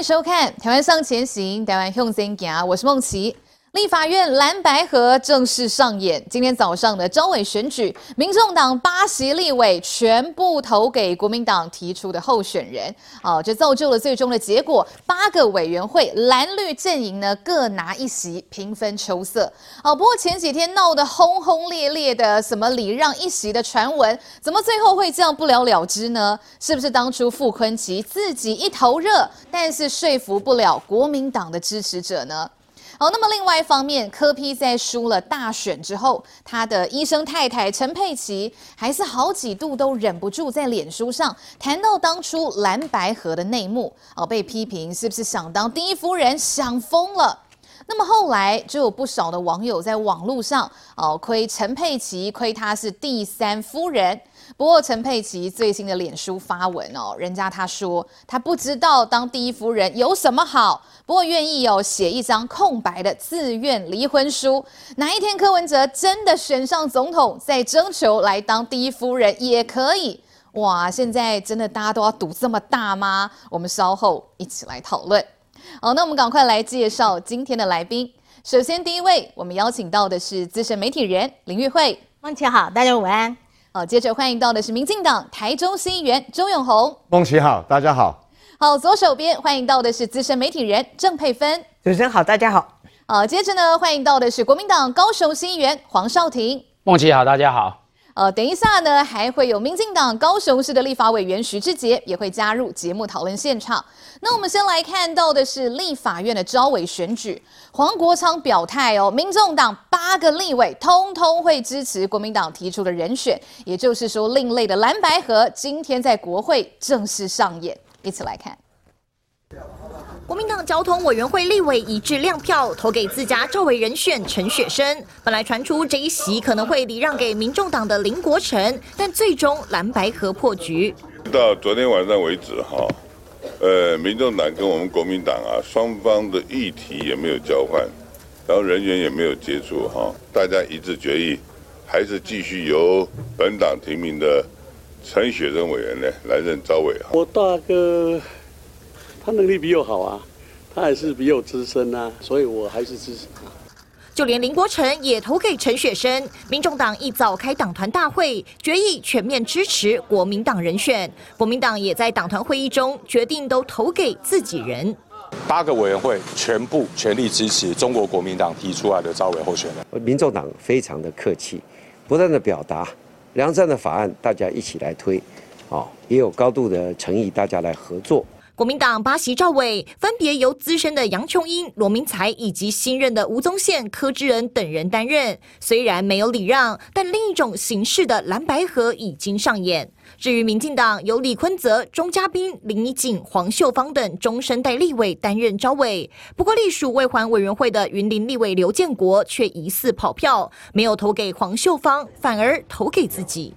收看《台湾向前行》，台湾向前行，我是梦琪。立法院蓝白合正式上演，今天早上的召委选举，民众党8席立委全部投给国民党提出的候选人，这造就了最终的结果，8个委员会蓝绿阵营呢各拿1席，平分秋色。不过前几天闹得轰轰烈烈的什么礼让1席的传闻，怎么最后会这样不了了之呢？是不是当初傅崐萁自己一头热，但是说服不了国民党的支持者呢？那么另外一方面，柯 P 在输了大选之后，他的医生太太陈佩琪还是好几度都忍不住在脸书上谈到当初蓝白合的内幕，被批评是不是想当第一夫人想疯了。那么后来就有不少的网友在网络上亏陈佩琪亏她是第3夫人。不过陈佩琪最新的脸书发文人家她说她不知道当第一夫人有什么好，不过愿意写一张空白的自愿离婚书。哪一天柯文哲真的选上总统，再征求来当第一夫人也可以。哇，现在真的大家都要赌这么大吗？我们稍后一起来讨论。那我们赶快来介绍今天的来宾。首先第一位，我们邀请到的是资深媒体人林玉慧。 梦琪好，大家午安。 接着欢迎到的是民进党台中市议员周永宏。 梦琪好，大家好。 好，左手边欢迎到的是资深媒体人郑佩芬。 主持人好，大家好。 接着呢，欢迎到的是国民党高雄市议员黄少廷。 梦琪好，大家好。 等一下呢，还会有民进党高雄市的立法委员徐志杰也会加入节目讨论现场。那我们先来看到的是立法院的召委选举，黄国昌表态民众党8个立委通通会支持国民党提出的人选，也就是说另类的蓝白合今天在国会正式上演，一起来看。 国民党交通委员会立委一致亮票，投给自家召委人选陈雪生。本来传出这一席可能会礼让给民众党的林国成，但最终蓝白合破局。 到昨天晚上为止民众党跟我们国民党双方的议题也没有交换，然后人员也没有接触大家一致决议，还是继续由本党提名的陈雪生委员呢来任召委。 我大哥他能力比我好啊，他还是比我资深啊，所以我还是支持他。 就连林国成也投给陈雪生，民众党一早开党团大会，决议全面支持国民党人选。国民党也在党团会议中决定都投给自己人。 8个委员会全部全力支持中国国民党提出来的召委候选人。 民众党非常的客气，不断的表达良善的法案，大家一起来推，也有高度的诚意，大家来合作。 国民党8席召委分别由资深的杨琼英、罗明才以及新任的吴宗宪、柯志仁等人担任。虽然没有礼让，但另一种形式的蓝白合已经上演。至于民进党，由李坤泽、钟嘉宾、林宜景、黄秀芳等中生代立委担任召委。不过隶属卫环委员会的云林立委刘建国却疑似跑票，没有投给黄秀芳，反而投给自己。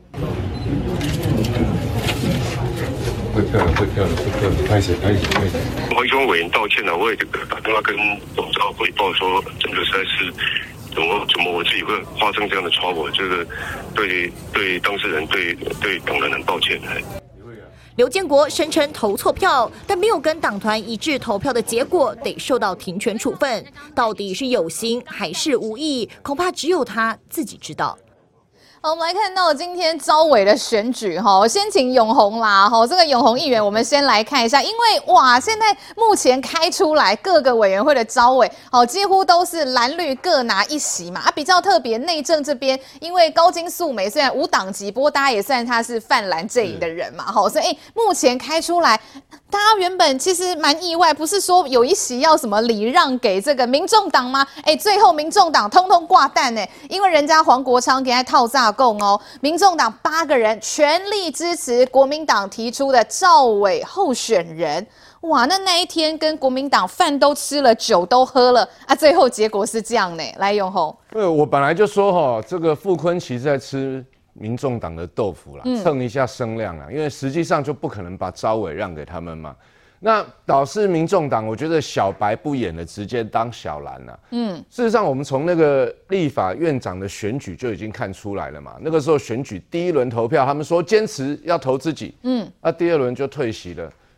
会票了，拍谁？ 黄雄委员道歉了，我也打电话跟总召汇报说，真的实在是怎么我自己会发生这样的错误，这个对当事人对党人很抱歉。 刘建国声称投错票，但没有跟党团一致投票的结果，得受到停权处分。到底是有心还是无意，恐怕只有他自己知道。 好，我们来看到今天召委的选举先请永宏啦这个永宏议员，我们先来看一下，因为哇，现在目前开出来各个委员会的召委几乎都是蓝绿各拿1席嘛比较特别，内政这边因为高金素梅虽然无党籍，不过大家也算他是泛蓝阵营的人嘛所以目前开出来，大家原本其实蛮意外，不是说有1席要什么礼让给这个民众党吗？最后民众党通通挂蛋因为人家黄国昌给他套炸供民众党8个人全力支持国民党提出的召委候选人。哇，那一天跟国民党饭都吃了，酒都喝了最后结果是这样呢。来，永宏， 我本来就说这个傅崐萁在吃民众党的豆腐啦，蹭一下声量啦，因为实际上就不可能把召委让给他们嘛。那导致民众党，我觉得小白不演的直接当小蓝了。事实上，我们从那个立法院长的选举就已经看出来了嘛。那个时候选举第1轮投票，他们说坚持要投自己，第2轮就退席了。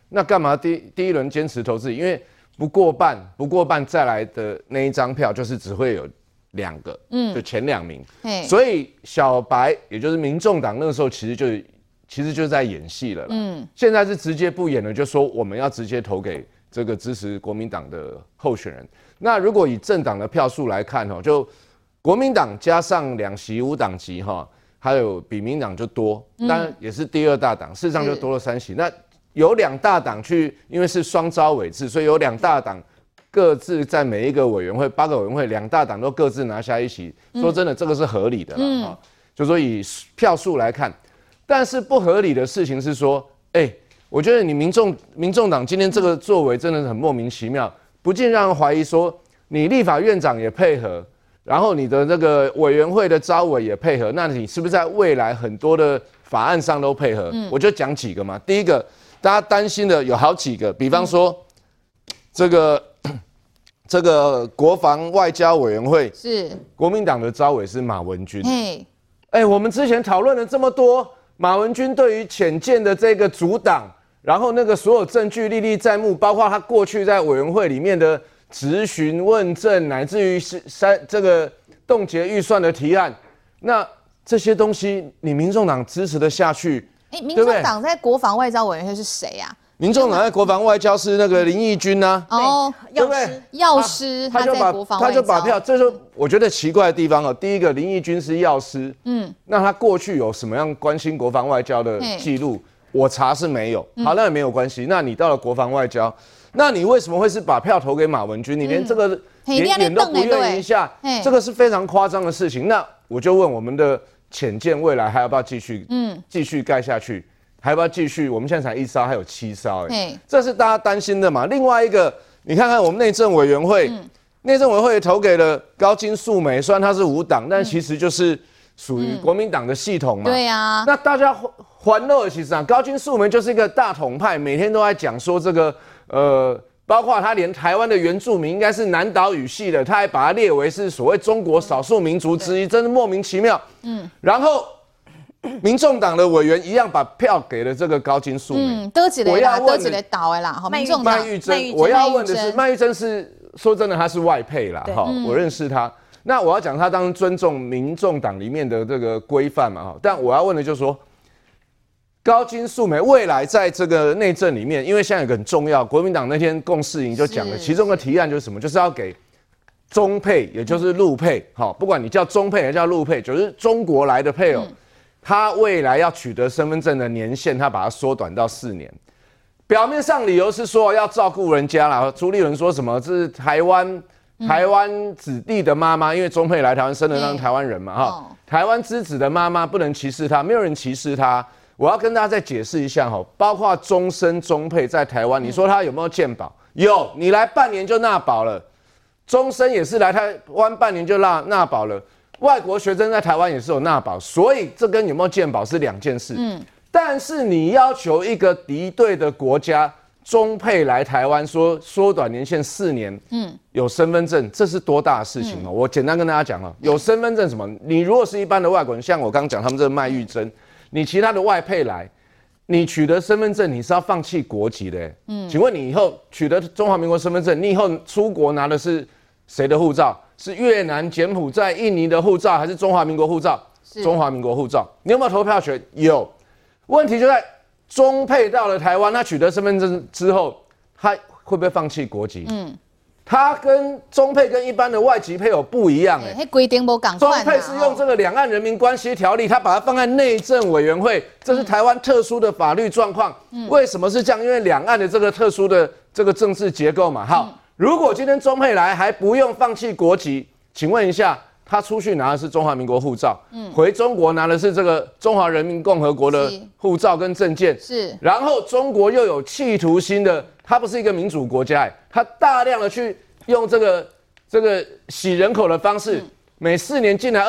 那干嘛第一轮坚持投自己？因为不过半再来的那一张票就是只会有2个，就前2名。所以小白也就是民众党那个时候其实就是在演戏了啦。现在是直接不演了，就说我们要直接投给这个支持国民党的候选人。那如果以政党的票数来看就国民党加上2席无党籍还有比民党就多，当然也是第2大党，事实上就多了3席。那有2大党去，因为是双召委制，所以有2大党各自在每一个委员会8个委员会，2大党都各自拿下1席。说真的，这个是合理的啦。就说以票数来看，但是不合理的事情是说，我觉得你民众党今天这个作为真的是很莫名其妙，不禁让人怀疑说，你立法院长也配合，然后你的这个委员会的召委也配合，那你是不是在未来很多的法案上都配合？我就讲几个嘛。第一个，大家担心的有好几个，比方说这个国防外交委员会是国民党的召委是马文君。我们之前讨论了这么多，马文君对于浅见的这个阻挡，然后那个所有证据历历在目，包括他过去在委员会里面的质询问政，乃至于这个冻结预算的提案，那这些东西你民众党支持得下去？ 民众党在国防外交委员会是谁啊？ 民众党在国防外交是那个林义君啊，对不对？ 药师他在国防外交， 他就把票，这是我觉得奇怪的地方第一个，林义君是药师，那他过去有什么样关心国防外交的记录？我查是没有。好，那也没有关系。那你到了国防外交，那你为什么会是把票投给马文君？你连这个演都不愿意一下，这个是非常夸张的事情。那我就问我们的浅见未来还要不要继续盖下去？还要不要继续？我们现在才1艘，还有7艘，这是大家担心的嘛。另外一个，你看看我们内政委员会，内政委员会投给了高金素梅，虽然他是无党，但其实就是属于国民党的系统嘛。 对啊。 那大家欢乐的其实高金素梅就是一个大统派，每天都在讲说这个包括他连台湾的原住民应该是南岛语系的，他还把它列为是所谓中国少数民族之一，真是莫名其妙。然后民众党的委员一样把票给了这个高金素梅， 得几个岛啦，民众党麦玉珍，我要问的是麦玉珍是说真的，他是外配啦，我认识他。那我要讲他当然尊重民众党里面的这个规范嘛，但我要问的就是说，高金素梅未来在这个内政里面，因为现在有个很重要，国民党那天共识营就讲了，其中的提案就是什么，就是要给中配，也就是陆配，不管你叫中配还是叫陆配，就是中国来的配偶。他未来要取得身份证的年限，他把它缩短到4年。表面上理由是说要照顾人家啦。朱立伦说什么？这是台湾子弟的妈妈，因为中配来台湾生的当台湾人嘛，台湾之子的妈妈不能歧视她，没有人歧视她。我要跟大家再解释一下包括终身中配在台湾，你说他有没有健保？有，你来半年就纳保了。终身也是来台湾半年就纳保了。外国学生在台湾也是有纳保，所以这跟有没有健保是2件事。但是你要求一个敌对的国家中配来台湾，说缩短年限4年，有身份证，这是多大的事情我简单跟大家讲有身份证什么？你如果是一般的外国人，像我刚刚讲他们这个麦玉珍，你其他的外配来，你取得身份证，你是要放弃国籍的。请问你以后取得中华民国身份证，你以后出国拿的是谁的护照？是越南、柬埔寨、印尼的护照，还是中华民国护照？中华民国护照。你有没有投票权？有。问题就在中配到了台湾，他取得身份证之后，他会不会放弃国籍？他跟中配跟一般的外籍配偶不一样规定不同。 中配是用这个《两岸人民关系条例》，他把它放在内政委员会，这是台湾特殊的法律状况。为什么是这样？因为两岸的这个特殊的这个政治结构嘛。好。如果今天中配来还不用放弃国籍，请问一下，他出去拿的是中华民国护照，回中国拿的是这个中华人民共和国的护照跟证件，然后中国又有企图心的，它不是一个民主国家，它大量的去用这个洗人口的方式，每4年进来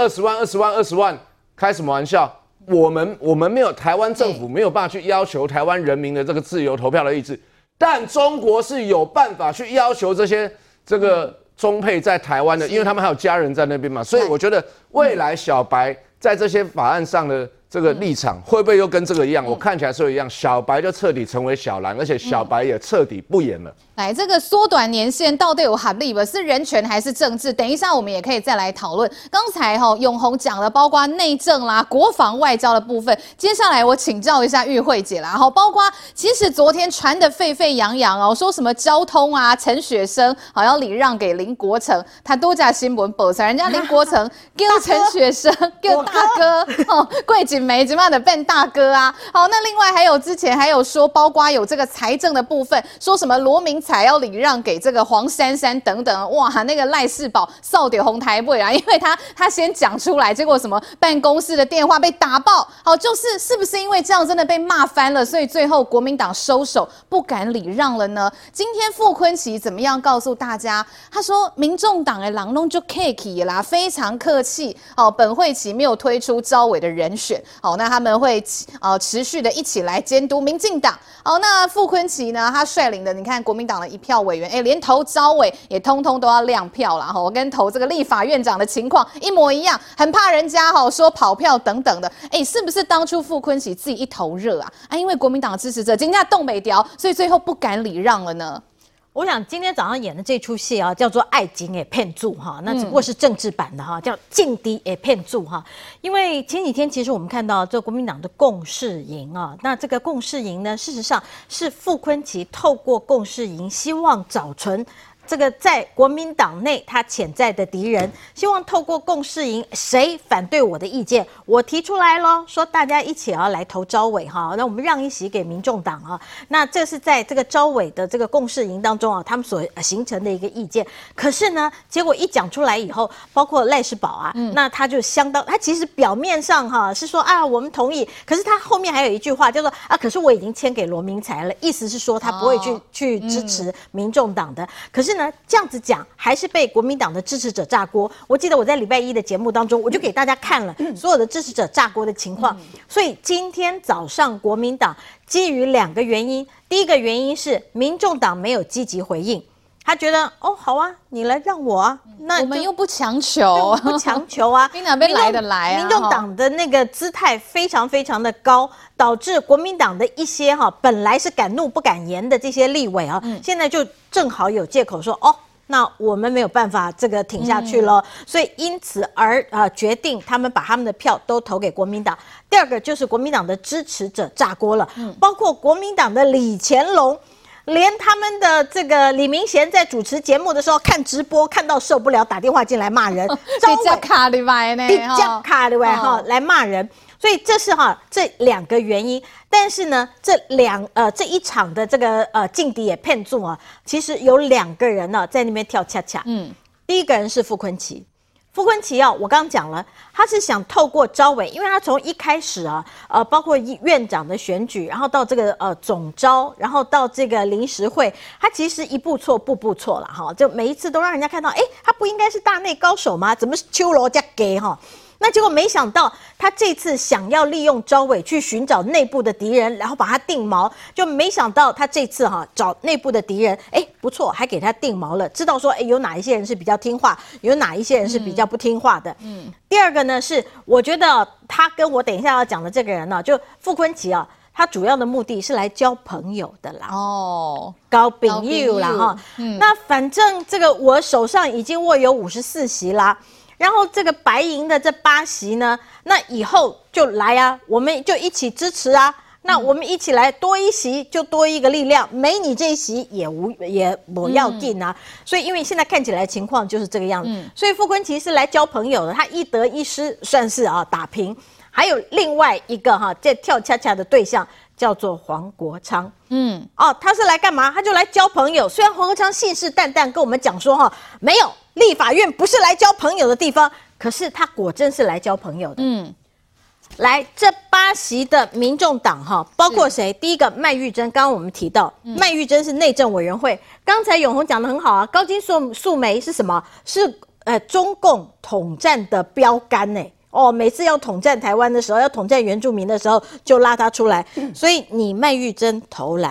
20万，开什么玩笑？我们没有，台湾政府没有办法去要求台湾人民的这个自由投票的意志。但中国是有办法去要求这个中配在台湾的，因为他们还有家人在那边嘛，所以我觉得未来小白在这些法案上的这个立场会不会又跟这个一样？我看起来是一样，小白就彻底成为小蓝，而且小白也彻底不演了。 来，这个缩短年限到底有合理不？是人权还是政治？等一下我们也可以再来讨论。刚才永宏讲了，包括内政啦、国防外交的部分。接下来我请教一下玉慧姐啦，包括其实昨天传得沸沸扬扬说什么交通啊，陈雪生好要礼让给林国成，他多加新闻报才人家林国成叫陈雪生叫大哥桂锦梅怎么样的变大哥啊？好，那另外还有之前还有说，包括有这个财政的部分，说什么罗明才要礼让给这个黄珊珊等等，哇，那个赖世宝扫掉红台位啊，因为他先讲出来，结果什么办公室的电话被打爆，好，是不是因为这样真的被骂翻了，所以最后国民党收手不敢礼让了呢？今天傅崐萁怎么样告诉大家？他说民众党的人弄就客气啦，非常客气，本会期没有推出召委的人选，好，那他们会持续的一起来监督民进党。好，那傅崐萁呢，他率领的你看国民党的一票委员，连投召委也通通都要亮票啦，跟投这个立法院长的情况一模一样，很怕人家说跑票等等的，是不是当初傅崐萁自己一头热啊？因为国民党的支持者今天动北调，所以最后不敢礼让了呢？ 我想今天早上演的这出戏啊，叫做《爱情也骗住》哈，那只不过是政治版的哈，叫《劲敌也骗住》哈。因为前几天其实我们看到这国民党的共识营啊，那这个共识营呢，事实上是傅崐萁透过共识营，希望找存这个在国民党内他潜在的敌人，希望透过共识营，谁反对我的意见，我提出来咯，说大家一起要来投召委哈，那我们让一席给民众党啊。那这是在这个召委的这个共识营当中啊，他们所形成的一个意见。可是呢，结果一讲出来以后，包括赖世宝啊，那他就相当，他其实表面上哈是说啊我们同意，可是他后面还有一句话叫做啊，可是我已经签给罗明才了，意思是说他不会去支持民众党的。可是呢，这样子讲还是被国民党的支持者炸锅。我记得我在礼拜一的节目当中，我就给大家看了所有的支持者炸锅的情况。所以今天早上国民党基于2个原因，第一个原因是民众党没有积极回应，他觉得好啊，你来让我啊，那我们又不强求， 不强求啊， 你哪边来的来啊？ 民众党的那个姿态非常非常的高，导致国民党的一些本来是敢怒不敢言的这些立委啊，现在就正好有借口说那我们没有办法这个挺下去了，所以因此而决定他们把他们的票都投给国民党。第二个就是国民党的支持者炸锅了，包括国民党的李乾龙。连他们的这个李明贤在主持节目的时候看直播看到受不了，打电话进来骂人， 比较卡的外呢， 比较卡的外来骂人，所以这是这2个原因。但是呢，这一场的这个劲敌也骗住啊，其实有2个人呢在那边跳恰恰。第一个人是傅崐萁。傅崐萁我刚刚讲了，他是想透过召委，因为他从一开始包括院长的选举，然后到这个总召，然后到这个临时会，他其实一步错步步错了哈，就每一次都让人家看到，他不应该是大内高手吗？怎么是秋罗加给哈？那结果没想到，他这次想要利用召委去寻找内部的敌人，然后把他定锚，就没想到他这次找内部的敌人，不错，还给他定锚了，知道说有哪一些人是比较听话，有哪一些人是比较不听话的。第二个呢是，我觉得他跟我等一下要讲的这个人呢，就傅崐萁他主要的目的是来交朋友的啦，交朋友啦哈。那反正这个我手上已经握有54席啦。然后这个白营的这8席呢，那以后就来啊，我们就一起支持啊。那我们一起来，多1席就多1个力量，没你这1席也不要紧啊。所以因为现在看起来情况就是这个样子，所以傅崐萁是来交朋友的，他一得一失，算是打平。还有另外一个在跳恰恰的对象叫做黄国昌，他是来干嘛？他就来交朋友。虽然黄国昌信誓旦旦跟我们讲说没有。立法院不是来交朋友的地方，可是他果真是来交朋友的。来这8席的民众党包括谁？第一个麦玉珍，刚刚我们提到，麦玉珍是内政委员会。刚才永宏讲得很好啊，高金素梅是什么？是中共统战的标杆呢。每次要统战台湾的时候，要统战原住民的时候，就拉他出来。所以你麦玉珍投蓝。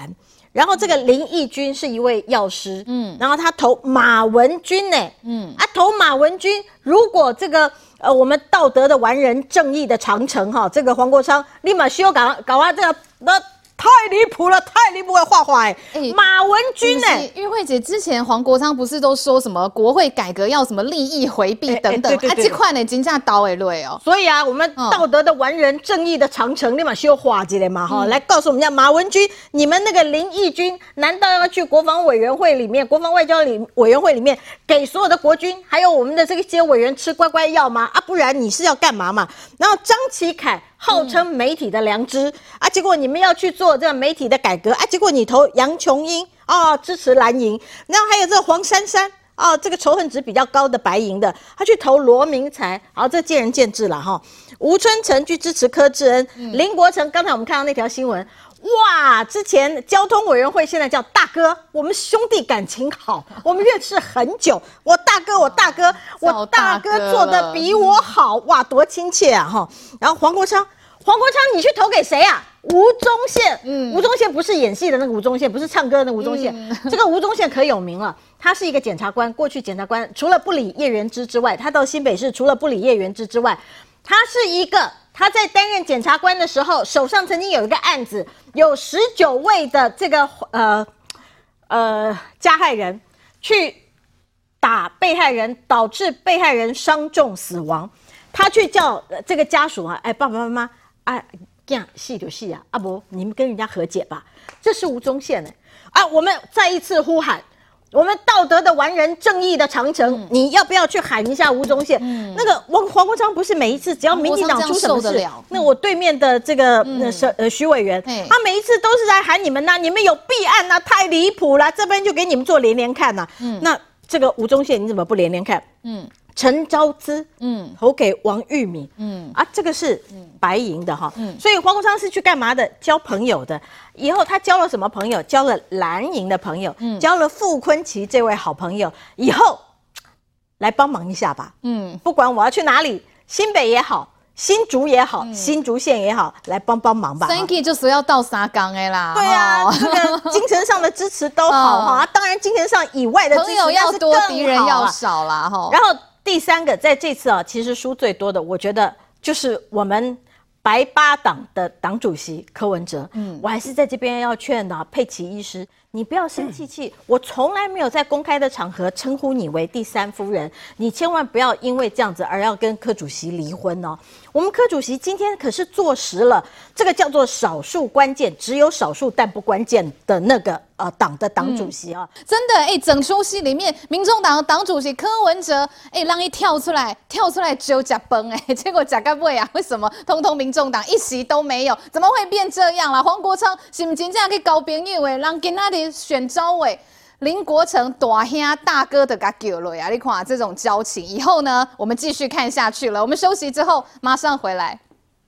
然后这个林义君是一位药师，然后他投马文君呢，投马文君，如果这个我们道德的完人、正义的长城哈，这个黄国昌立马修搞啊这个太离谱了，太离谱了，画画马文君玉慧姐之前黄国昌不是都说什么国会改革要什么利益回避等等，这块呢金价倒累哦。 所以啊，我们道德的完人、正义的长城，立马修画起来嘛哈，来告诉我们家马文君，你们那个林义君难道要去国防委员会里面、国防外交委员会里面给所有的国军还有我们的这些委员吃乖乖药吗？不然你是要干嘛嘛？然后张启凯号称媒体的良知结果你们要去做这个媒体的改革结果你投杨琼英支持蓝营，然后还有这个黄珊珊这个仇恨值比较高的白营的，他去投罗明才，这见仁见智了哈。吴春成去支持柯志恩，林国成刚才我们看到那条新闻。哇！之前交通委员会现在叫大哥，我们兄弟感情好，我们认识很久。我大哥做的比我好，哇，多亲切啊哈！然后黄国昌，你去投给谁啊？吴宗宪，吴宗宪不是演戏的那个吴宗宪，不是唱歌的那个吴宗宪，这个吴宗宪可有名了。他是一个检察官，过去检察官除了不理叶元之之外，他到新北市除了不理叶元之之外，他在担任检察官的时候，手上曾经有一个案子，有19位的这个加害人去打被害人，导致被害人伤重死亡。他去叫这个家属爸爸妈妈戏就戏不你们跟人家和解吧。这是吴宗宪我们再一次呼喊。我们道德的完人、正义的长城，你要不要去喊一下吴宗宪？那个黄国昌不是每一次只要民进党出什么事，那我对面的这个徐委员，他每一次都是在喊你们你们有弊案太离谱了，这边就给你们做连连看那这个吴宗宪你怎么不连连看？陈昭姿，投给王玉敏，这个是白营的哈，所以黄国昌是去干嘛的？交朋友的。以后他交了什么朋友？交了蓝营的朋友，交了傅崐萁这位好朋友。以后来帮忙一下吧，不管我要去哪里，新北也好，新竹也好，新竹县也好，来帮忙吧。 Thank you 就是要到沙港啦。 对啊，这个精神上的支持都好哈，当然精神上以外的支持， 朋友要多，敌人要少啦哈。 然后第三个，在这次其实输最多的，我觉得就是我们白八党的党主席柯文哲。我还是在这边要劝佩奇医师，你不要生气，我从来没有在公开的场合称呼你为第三夫人，你千万不要因为这样子而要跟柯主席离婚哦。我们柯主席今天可是坐实了这个叫做少数关键，只有少数但不关键的那个党的党主席真的整出戏里面，民众党的党主席柯文哲让一跳出来只有假崩结果假干尾为什么通通民众党一席都没有？怎么会变这样啦？黄国昌是不是真正去交朋友让今天选召委林国成大兄大哥的给他叫落你看这种交情，以后呢我们继续看下去了。我们休息之后马上回来。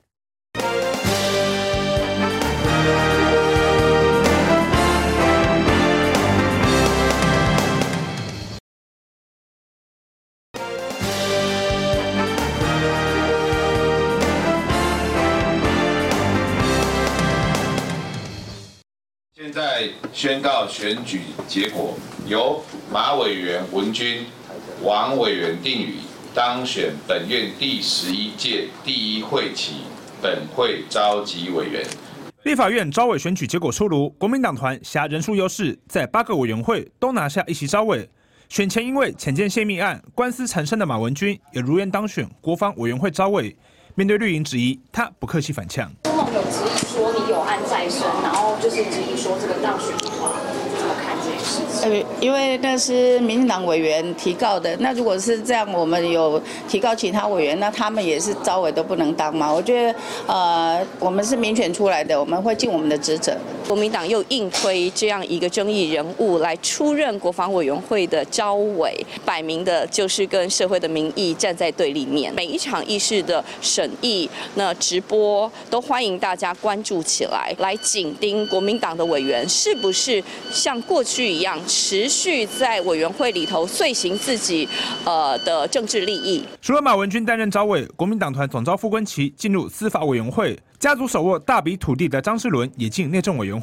现在宣告选举结果，由马委员文君、王委员定宇当选本院第11届第1会期本会召集委员。 立法院召委选举结果出炉，国民党团挟人数优势，在8个委员会都拿下1席召委。选前因为浅见泄密案官司缠身的马文君，也如愿当选国防委员会召委。面对绿营质疑，他不客气反呛。 苏梦有质疑说你有案在身，然后就是质疑说这个当选的话，怎么看这件事情？ 因为那是民进党委员提告的，那如果是这样，我们有提告其他委员，那他们也是召委都不能当嘛？我觉得我们是民选出来的，我们会尽我们的职责。 国民党又硬推这样一个争议人物来出任国防委员会的召委，摆明的就是跟社会的民意站在对立面。每一场议事的审议，那直播都欢迎大家关注起来，来紧盯国民党的委员是不是像过去一样持续在委员会里头遂行自己的政治利益。 除了马文君担任召委，国民党团总召傅崐萁进入司法委员会。家族手握大笔土地的张世伦也进内政委员会，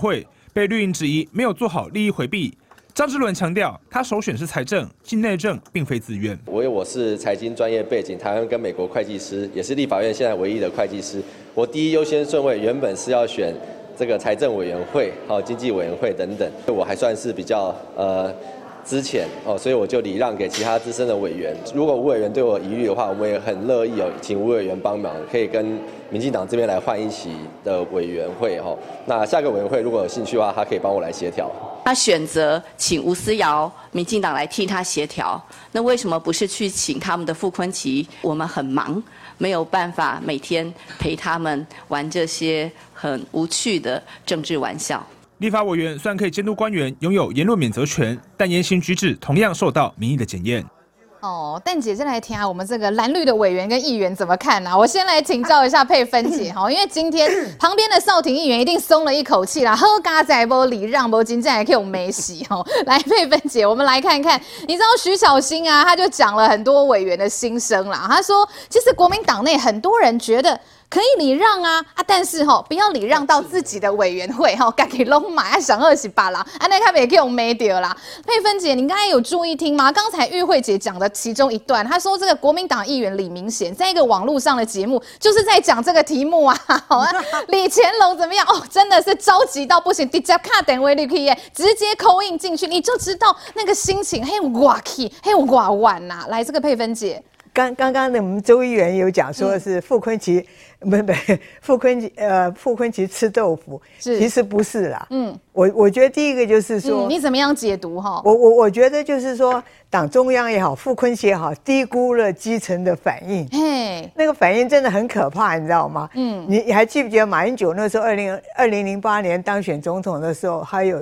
被绿营质疑没有做好利益回避。张志伦强调，他首选是财政，境内政并非自愿。 我是财经专业背景，台湾跟美国会计师，也是立法院现在唯一的会计师。我第一优先顺位原本是要选这个财政委员会、经济委员会等等，我还算是比较之前所以我就礼让给其他资深的委员。如果吴委员对我疑虑的话，我们也很乐意请吴委员帮忙，可以跟民进党这边来换一席的委员会那下个委员会如果有兴趣的话，他可以帮我来协调。 他选择请吴思瑶、民进党来替他协调，那为什么不是去请他们的傅崑萁？我们很忙，没有办法每天陪他们玩这些很无趣的政治玩笑。 立法委员虽然可以监督官员拥有言论免责权，但言行举止同样受到民意的检验。 但姐先来听我们这个蓝绿的委员跟议员怎么看啊？我先来请教一下佩芬姐因为今天旁边的少廷议员一定松了一口气啦，好家仔无礼让，无真正还可以有梅洗来，佩芬姐，我们来看看，你知道徐巧芯啊，他就讲了很多委员的心声啦。他说，其实国民党内很多人觉得可以礼让但是不要礼让到自己的委员会自己弄买想28啦，那他们也可以用没掉啦。佩芬姐，你刚才有注意听吗？刚才玉慧姐讲的其中一段，她说这个国民党议员李明贤在一个网络上的节目，就是在讲这个题目啊。李乾隆怎么样？真的是着急到不行，直接卡电话你可以直接call in进去，你就知道那个心情很哇气，很哇晚呐。来，这个佩芬姐。 刚刚我们周议员有讲说是傅崑萁，傅崑萁吃豆腐，其实不是啦。我觉得第一个就是说， 你怎么样解读我觉得就是说，党中央也好，傅崑萁也好，低估了基层的反应。那个反应真的很可怕，你知道吗？你还记不记得马英九那时候2008年当选总统的时候，还有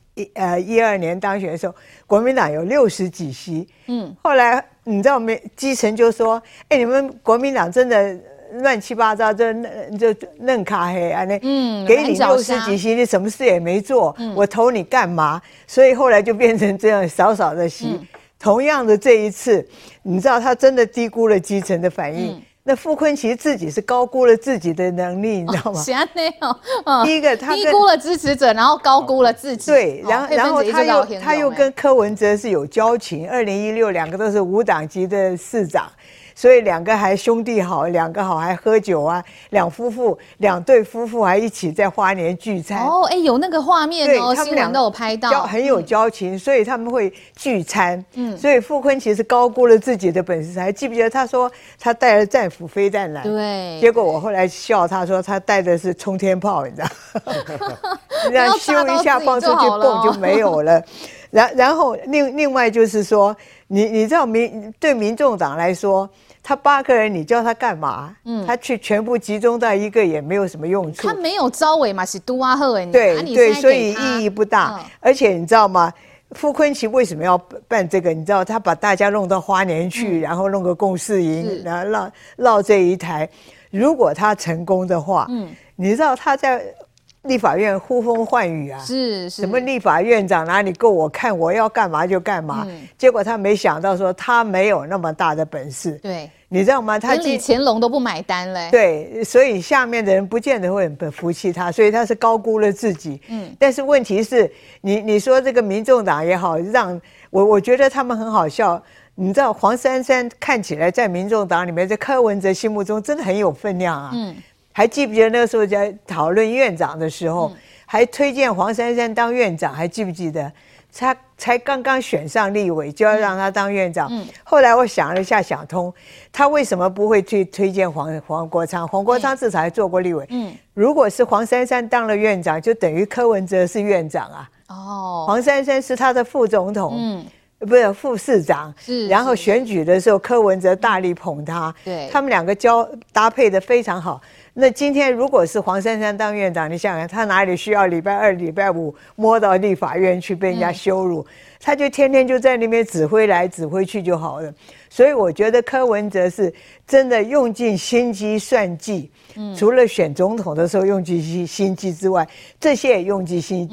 12年当选的时候，国民党有60几席。后来你知道基层就说，你们国民党真的乱七八糟，就嫩咖黑啊，给你60几席，你什么事也没做，我投你干嘛？所以后来就变成这样少少的席。同样的这一次，你知道他真的低估了基层的反应。那傅崑萁自己是高估了自己的能力，你知道吗？第一个他低估了支持者，然后高估了自己。 对，然后他又跟柯文哲是有交情，2016两个都是无党籍的市长。所以两个还兄弟好，两个好还喝酒啊，两对夫妇还一起在花莲聚餐。 有那个画面新闻都有拍到， 很有交情，所以他们会聚餐。所以傅崑萁是高估了自己的本事。还记不记得他说他带了战斧飞弹来？ 对。 结果我后来笑他说他带的是冲天炮，你知道？你这样咻一下放出去，蹦就没有了。然后另外就是说，你知道对民众党来说，他8个人你叫他干嘛？他去全部集中到一个也没有什么用处。 他没有招委嘛，是都阿赫哎。 对，所以意义不大。而且你知道吗？傅崑萁为什么要办这个？你知道他把大家弄到花莲去，然后弄个共识营，然后绕这一台。如果他成功的话，你知道他在立法院呼风唤雨啊， 是什么立法院长哪里够我看，我要干嘛就干嘛。结果他没想到说他没有那么大的本事。 对， 你知道吗？他连李乾隆都不买单嘞。 对，所以下面的人不见得会很服气他，所以他是高估了自己。但是问题是，你说这个民众党也好，让我觉得他们很好笑。你知道黄珊珊看起来在民众党里面，在柯文哲心目中真的很有分量啊。还记不记得那时候在讨论院长的时候，还推荐黄珊珊当院长？还记不记得？他才刚刚选上立委，就要让他当院长。后来我想了一下，想通，他为什么不会去推荐黄国昌？黄国昌至少还做过立委。如果是黄珊珊当了院长，就等于柯文哲是院长啊。黄珊珊是他的副总统。不是副市长，然后选举的时候，柯文哲大力捧他，他们两个搭配的非常好。那今天如果是黄珊珊当院长，你想想，他哪里需要礼拜2、礼拜5摸到立法院去被人家羞辱？他就天天就在那边指挥来指挥去就好了。所以我觉得柯文哲是真的用尽心机算计，除了选总统的时候用尽心机之外，这些也用尽心机。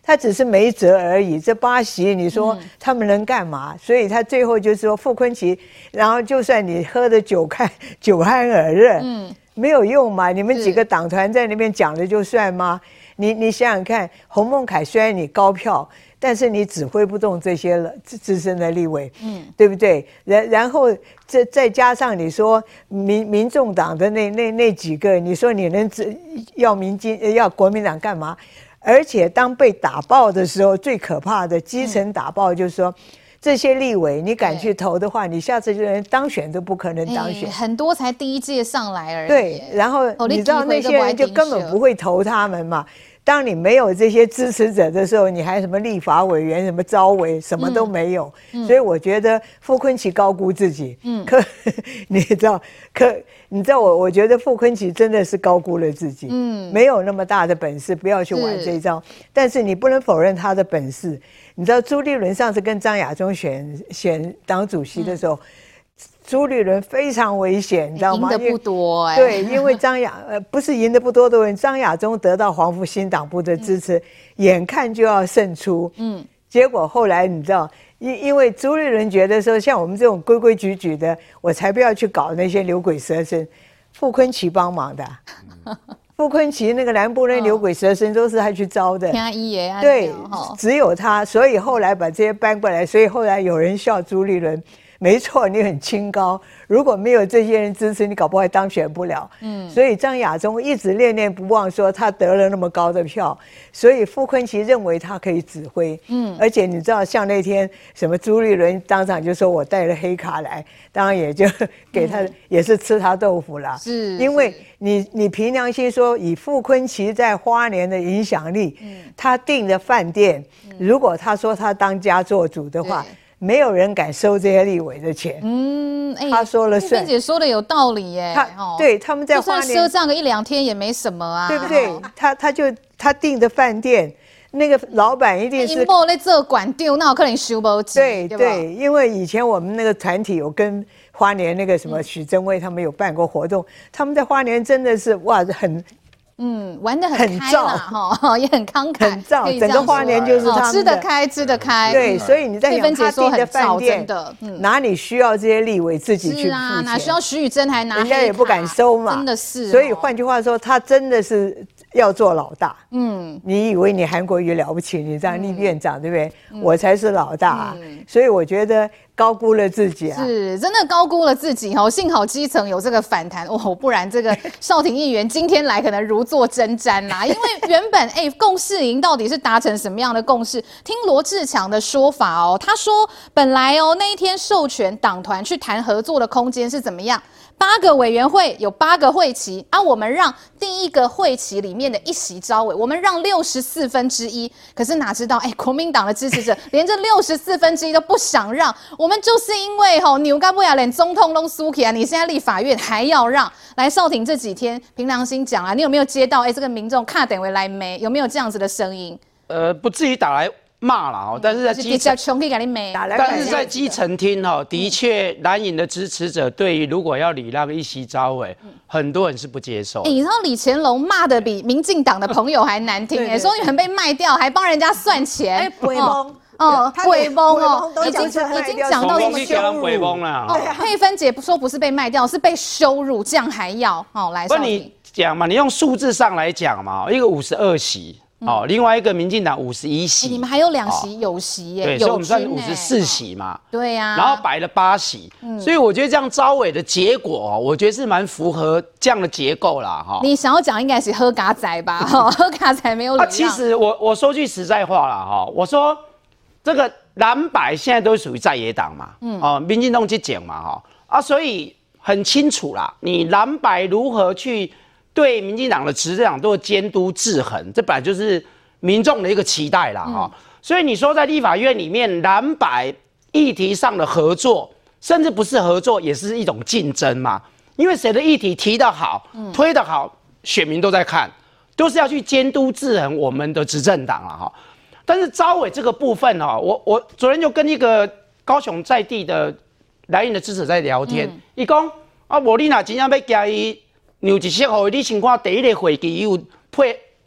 他只是没辙而已。这8席，你说他们能干嘛？所以他最后就是说傅昆萁，然后就算你喝的酒酣耳热，没有用嘛。你们几个党团在那边讲了就算吗？你想想看，洪孟凯虽然你高票，但是你指挥不动这些资深的立委，对不对？然后再加上你说民众党的那几个，你说你能要国民党干嘛？而且当被打爆的时候，最可怕的基层打爆就是说，这些立委你敢去投的话，你下次就连当选都不可能当选。 很多才第1届上来而已。 对，然后你知道那些人就根本不会投他们嘛。当你没有这些支持者的时候，你还什么立法委员、什么召委，什么都没有。所以我觉得傅昆萁高估自己。你知道我觉得傅昆萁真的是高估了自己。没有那么大的本事，不要去玩这一招。但是你不能否认他的本事。你知道朱立伦上次跟张亚中选党主席的时候，朱立伦非常危险，你知道吗？ 赢得不多对，因为不是赢得不多的问题，张亚中得到黄复兴党部的支持，眼看就要胜出。结果后来你知道，因为朱立伦觉得说，像我们这种规规矩矩的，我才不要去搞那些牛鬼蛇神。傅昆萁帮忙的。傅昆萁那个南部那牛鬼蛇神都是他去招的，对，只有他，所以后来把这些搬过来，所以后来有人笑朱立伦，没错，你很清高，如果没有这些人支持，你搞不好当选不了。所以张亚中一直念念不忘，说他得了那么高的票，所以傅昆萁认为他可以指挥。而且你知道，像那天什么朱立伦当场就说我带了黑卡来，当然也就给他，也是吃他豆腐啦。因为你凭良心说，以傅昆萁在花莲的影响力，他订的饭店，如果他说他当家做主的话，没有人敢收这些立委的钱。他说了算。 姐说的有道理耶。 对，他们在花莲就算赊账个1、2天也没什么啊， 对不对？他订的饭店，那个老板一定是因为在做管丢，那有可能收不起。 对，因为以前我们那个团体有跟花莲那个什么许正威他们有办过活动，他们在花莲真的是哇玩得很开啦，哈，也很慷慨， 很燥，整个花莲就是他们吃得开，吃得开。 对，所以你在想他订的饭店，哪里需要这些立委自己去付钱？ 哪需要徐宇珍还拿黑卡？ 人家也不敢收嘛， 真的是。 所以换句话说，他真的是要做老大。你以为你韩国瑜了不起，你当立院长对不对？我才是老大，所以我觉得高估了自己啊， 是真的高估了自己哈。幸好基层有这个反弹哦，不然这个少廷议员今天来可能如坐针毡啦。因为原本共识营到底是达成什么样的共识？听罗志强的说法哦，他说本来那一天授权党团去谈合作的空间是怎么样？8个委员会有8个会期啊，我们让第一个会期里面的1席召委，我们让1/64，可是哪知道国民党的支持者连这1/64都不想让，我们就是因为牛干不雅连总统都输起来，你现在立法院还要让？来少廷这几天凭良心讲啊，你有没有接到这个民众看等回来没？有没有这样子的声音？ 不至于打来骂了但是在基层，但是在基层听的确蓝营的支持者对于如果要礼让1席召委，很多人是不接受。 你知道李乾龙骂的比民进党的朋友还难听说你们被卖掉，还帮人家算钱， 鬼蒙。 鬼蒙已经讲到这么羞辱了。 佩芬姐说不是被卖掉，是被羞辱，这样还要来？ 不，你讲嘛，你用数字上来讲嘛，一个52席。另外一个民进党51席， 你们还有2席有席耶， 对，所以我们算54席嘛， 对呀， 然后摆了8席，所以我觉得这样召委的结果，我觉得是蛮符合这样的结构啦， 你想要讲应该是喝嘎仔吧，喝嘎仔没有礼让。 其实我说句实在话啦，我说这个蓝白现在都属于在野党嘛，民进党去讲嘛，所以很清楚啦，你蓝白如何去对民进党的执政党都监督制衡，这本来就是民众的一个期待啦，所以你说在立法院里面蓝白议题上的合作，甚至不是合作，也是一种竞争嘛。因为谁的议题提得好、推得好，选民都在看，都是要去监督制衡我们的执政党啊，但是召委这个部分我昨天就跟一个高雄在地的蓝营的支持在聊天，他说無你若真正要加伊。讓一些，你先看第一個會期有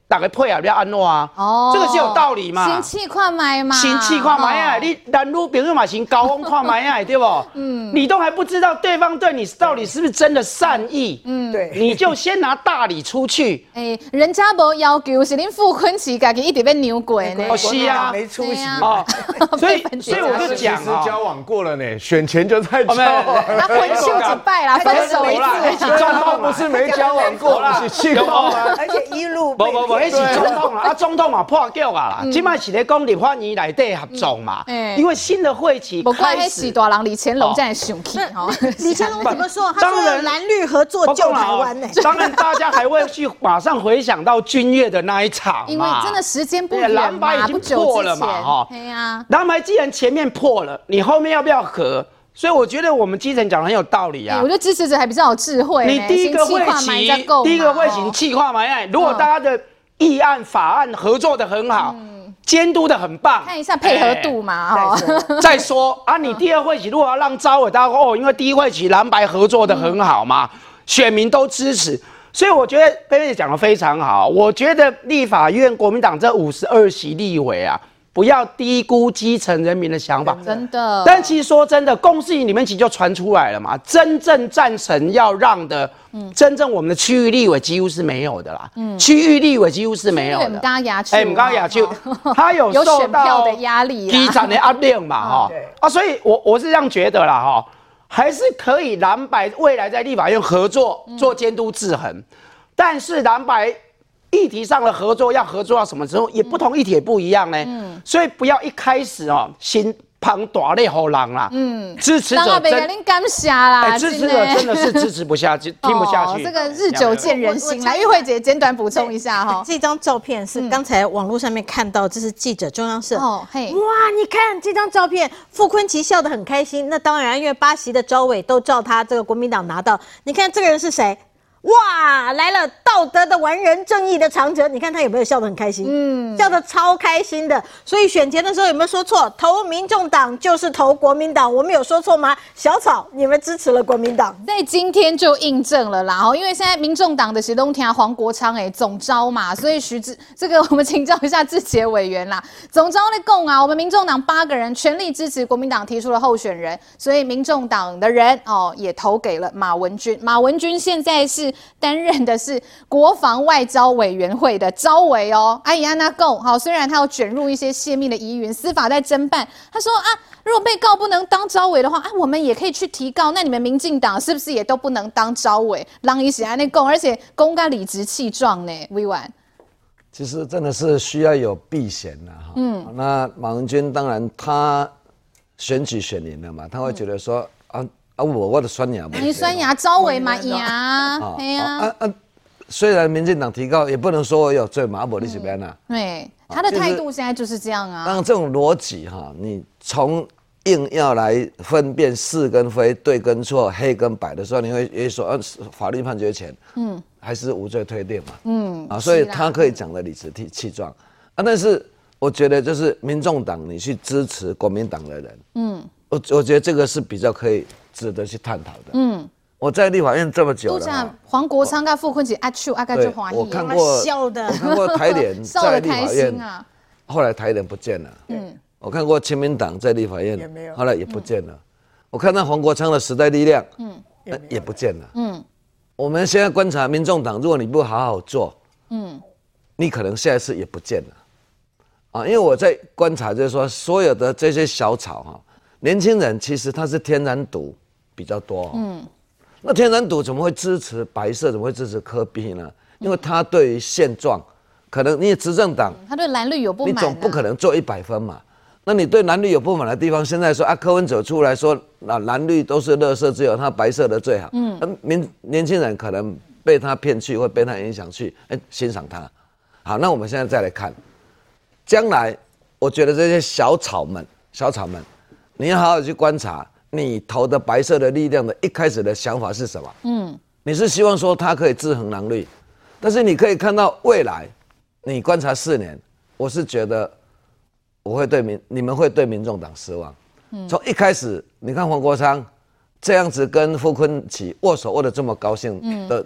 大家配合要安怎啊？ 哦， 这个是有道理嘛？ 先试看卖嘛， 先试看卖啊！你男女朋友嘛，先交往看卖啊，对不？你都还不知道对方对你到底是不是真的善意， 对， 你就先拿大礼出去。 人家无要求，是恁傅昆萁家己一直被扭过呢。 哦，是啊， 没出息哦，所以我就讲啊，交往过了呢，选前就在交往， 他分手几拜啦，分手一次， 一起总统不是没交往过啦，是气泡吗？ 而且一路不，一起总统啦，总统嘛破局啊啦，今麦是咧讲立法院内底合作嘛，因为新的会期开始， 大人李乾龙在生气哈。李乾龙怎么说？他说蓝绿合作救台湾呢。 当然，大家还会去马上回想到君越的那一场嘛， 因为真的时间不远嘛， 蓝白已经破了嘛，哈， 对呀。 蓝白既然前面破了，你后面要不要合？所以我觉得我们基层讲的很有道理啊。 我觉得支持者还比较有智慧。 你第一个会期气化埋案，如果大家的议案法案合作的很好，监督的很棒， 看一下配合度嘛， 再说啊，你第二会期如果要让召委大家说因为第一会期蓝白合作的很好嘛，选民都支持。所以我觉得贝贝讲的非常好，我觉得立法院国民党这52席立委啊，不要低估基层人民的想法， 真的。 但其实说真的，公示营里面其实就传出来了嘛，真正赞成要让的，真正我们的区域立委几乎是没有的啦，区域立委几乎是没有的。 唔敢牙去， 唔敢牙去，他有受到的压力， 基层的压力嘛，哈，所以我是这样觉得啦，哈。还是可以蓝白未来在立法院合作做监督制衡，但是蓝白议题上的合作要合作到什么时候，也不同议题也不一样呢。所以不要一开始先旁大力后人啦。支持者支持者真的是支持不下去，听不下去。 这个日久见人心。来，玉慧姐简短补充一下哈。 这张照片是刚才网络上面看到，这是记者中央社。哇，你看这张照片，傅昆萁笑得很开心。那当然，因为8席的召委都照他这个国民党拿到。你看这个人是谁？哇，来了道德的完人，正义的长者，你看他有没有笑得很开心？笑得超开心的。所以选前的时候有没有说错？投民众党就是投国民党，我们有说错吗？小草，你们支持了国民党， 在今天就印证了啦。因为现在民众党的协东田黄国昌总召嘛，所以这个我们请教一下志杰委员啦。总召的供啊，我们民众党8个人全力支持国民党提出的候选人，所以民众党的人也投给了马文君。马文君现在是担任的是国防外交委员会的召委哦。阿姨安娜贡虽然他有卷入一些泄密的疑云，司法在侦办。他说如果被告不能当召委的话我们也可以去提告。那你们民进党是不是也都不能当召委？让一起安娜贡，而且公开理直气壮呢？委员， 其实真的是需要有避嫌的哈。那马文君当然他选举选赢了嘛，他会觉得说我的酸牙， 你酸牙招委嘛赢，对呀。 虽然民进党提告，也不能说我有罪嘛，不你是别拿。 对，他的态度现在就是这样啊。 当然这种逻辑你从硬要来分辨是跟非、对跟错、黑跟白的时候，你会说法律判决前，还是无罪推定嘛，所以他可以讲的理直气壮但是我觉得就是民众党你去支持国民党的人，我觉得这个是比较可以值得去探讨的。我在立法院这么久了， 黄国昌跟傅昆萁就欢喜， 我看过台联在立法院，后来台联不见了。我看过亲民党在立法院，后来也不见了。我看到黄国昌的时代力量，也不见了。我们现在观察民众党，如果你不好好做，你可能下一次也不见了。因为我在观察，就是说所有的这些小草年轻人其实他是天然毒比较多。那天然毒怎么会支持白色？怎么会支持柯 P 呢？因为他对于现状，可能你执政党， 他对蓝绿有不满， 你总不可能做100分嘛。那你对蓝绿有不满的地方，现在说柯文哲出来说，蓝绿都是垃圾，只有他白色的最好。年轻人可能被他骗去，或被他影响去，欣赏他。好，那我们现在再来看，将来我觉得这些小草们，你要好好去观察。你投的白色的力量的一开始的想法是什么？你是希望说它可以制衡蓝绿，但是你可以看到未来，你观察4年，我是觉得你们会对民众党失望。从一开始，你看黄国昌这样子跟傅昆萁握手握得这么高兴的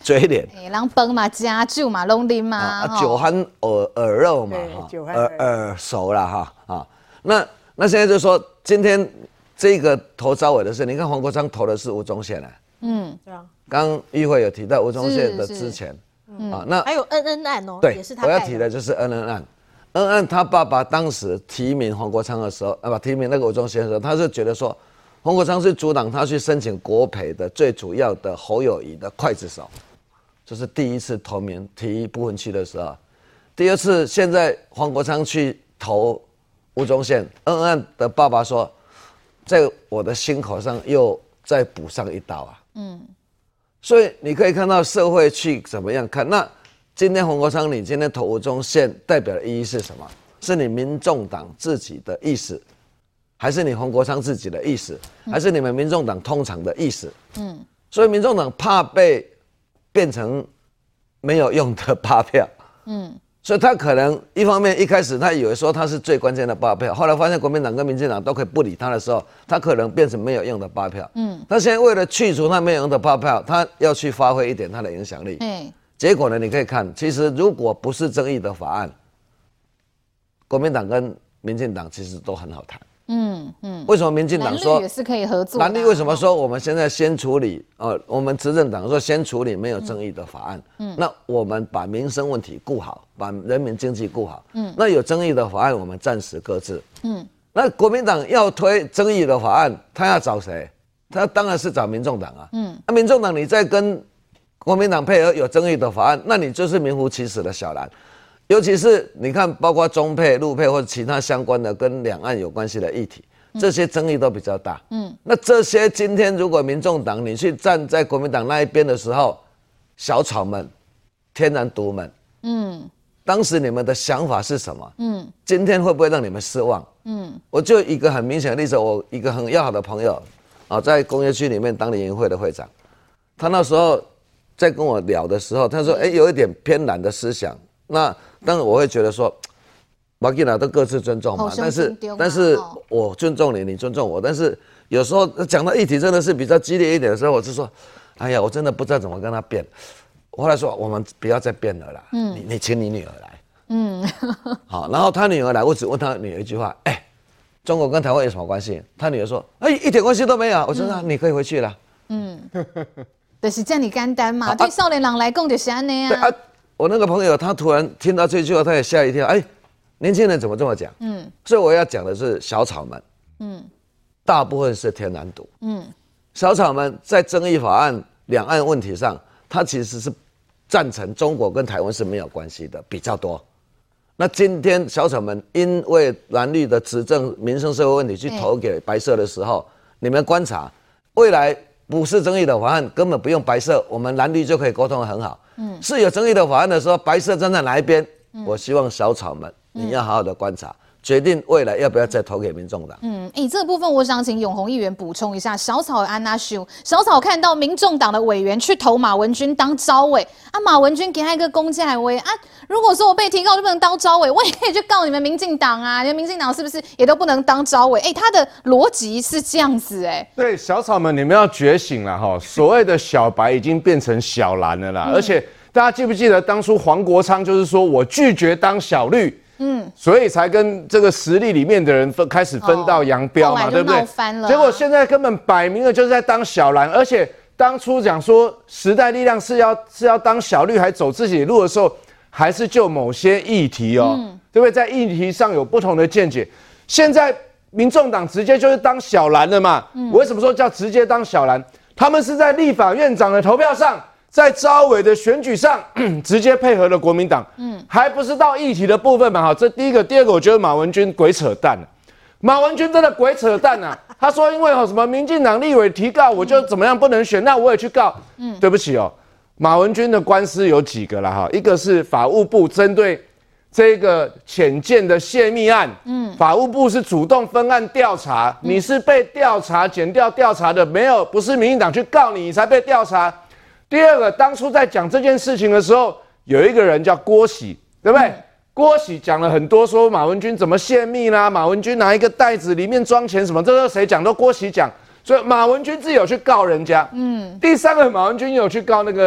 嘴脸。 人饭嘛，加酒嘛，拢啉嘛， 酒酣耳肉嘛，耳熟了哈那现在就说今天这个投招委的事，你看黄国昌投的是吴宗宪对啊。 刚议会有提到吴宗宪的之前那还有恩案哦， 对， 也是他我要提的就是恩案。恩案他爸爸当时提名黄国昌的时候，提名那个吴宗宪的时候，他是觉得说黄国昌是阻挡他去申请国培的最主要的侯友宜的刽子手，就是第一次投名提不分区的时候，第二次现在黄国昌去投吴宗宪，恩案的爸爸说，在我的心口上又再补上一刀啊。所以你可以看到社会去怎么样看。那今天黄国昌，你今天投吴宗宪代表的意义是什么？是你民众党自己的意思，还是你黄国昌自己的意思，还是你们民众党通常的意思？所以民众党怕被变成没有用的8票。所以他可能一方面一开始他以为说他是最关键的8票，后来发现国民党跟民进党都可以不理他的时候，他可能变成没有用的8票。他现在为了去除他没有用的8票，他要去发挥一点他的影响力。结果呢，你可以看，其实如果不是争议的法案，国民党跟民进党其实都很好谈。为什么民进党说蓝绿也是可以合作的？ 蓝绿为什么说我们现在先处理？我们执政党说先处理没有争议的法案。那我们把民生问题顾好，把人民经济顾好。那有争议的法案我们暂时搁置。那国民党要推争议的法案，他要找谁？他当然是找民众党啊。民众党你在跟国民党配合有争议的法案，那你就是名副其实的小蓝。尤其是你看，包括中配、陆配或者其他相关的跟两岸有关系的议题，这些争议都比较大。那这些今天如果民众党你去站在国民党那一边的时候，小草们、天然独们，当时你们的想法是什么？今天会不会让你们失望？我就一个很明显的例子，我一个很要好的朋友在工业区里面当联谊会的会长，他那时候在跟我聊的时候，他说：“有一点偏蓝的思想。”那当然我会觉得说，马吉娜都各自尊重嘛，但是我尊重你，你尊重我，但是有时候讲到议题真的是比较激烈一点的时候，我就说，哎呀，我真的不知道怎么跟他辩。我后来说，我们不要再辩了啦，你请你女儿来，好，然后他女儿来，我只问他女儿一句话，中国跟台湾有什么关系？他女儿说，一点关系都没有。我说那你可以回去了。 就是这样简单嘛，对少年人来讲就是安尼啊。 我那个朋友他突然听到这句话，他也吓一跳，年轻人怎么这么讲？所以我要讲的是小草们，大部分是天然独，小草们在争议法案、两岸问题上，他其实是赞成中国跟台湾是没有关系的比较多。那今天小草们因为蓝绿的执政民生社会问题去投给白色的时候，你们观察未来不是争议的法案，根本不用白色，我们蓝绿就可以沟通得很好。是有争议的法案的时候，白色站在哪一边？我希望小草们你要好好的观察，决定未来要不要再投给民众党。 这个部分我想请永宏议员补充一下。小草安娜秀，小草看到民众党的委员去投马文君当召委马文君给他一个公价委如果说我被提告就不能当召委，我也可以去告你们民进党啊，你们民进党是不是也都不能当召委？他的逻辑是这样子对，小草们你们要觉醒了哈，所谓的小白已经变成小蓝了啦，而且大家记不记得当初黄国昌就是说我拒绝当小绿。所以才跟这个实力里面的人开始分道扬镳嘛，对不对？结果现在根本摆明了就是在当小蓝，而且当初讲说时代力量是要当小绿，还走自己的路的时候，还是就某些议题对不对？在议题上有不同的见解。现在民众党直接就是当小蓝了嘛？我为什么说叫直接当小蓝？他们是在立法院长的投票上，在召委的选举上直接配合了国民党，还不是到议题的部分嘛？好，这第一个，第二个，我觉得马文君鬼扯淡了。马文君真的鬼扯淡啊！他说因为什么民进党立委提告，我就怎么样不能选，那我也去告。对不起马文君的官司有几个了哈？一个是法务部针对这个潜舰的泄密案，法务部是主动分案调查，你是被调查检调调查的，没有不是民进党去告你才被调查。第二个，当初在讲这件事情的时候，有一个人叫郭喜，对不对？郭喜讲了很多，说马文君怎么泄密啦，马文君拿一个袋子里面装钱什么，这都谁讲？都郭喜讲，所以马文君自己有去告人家。第三个，马文君有去告那个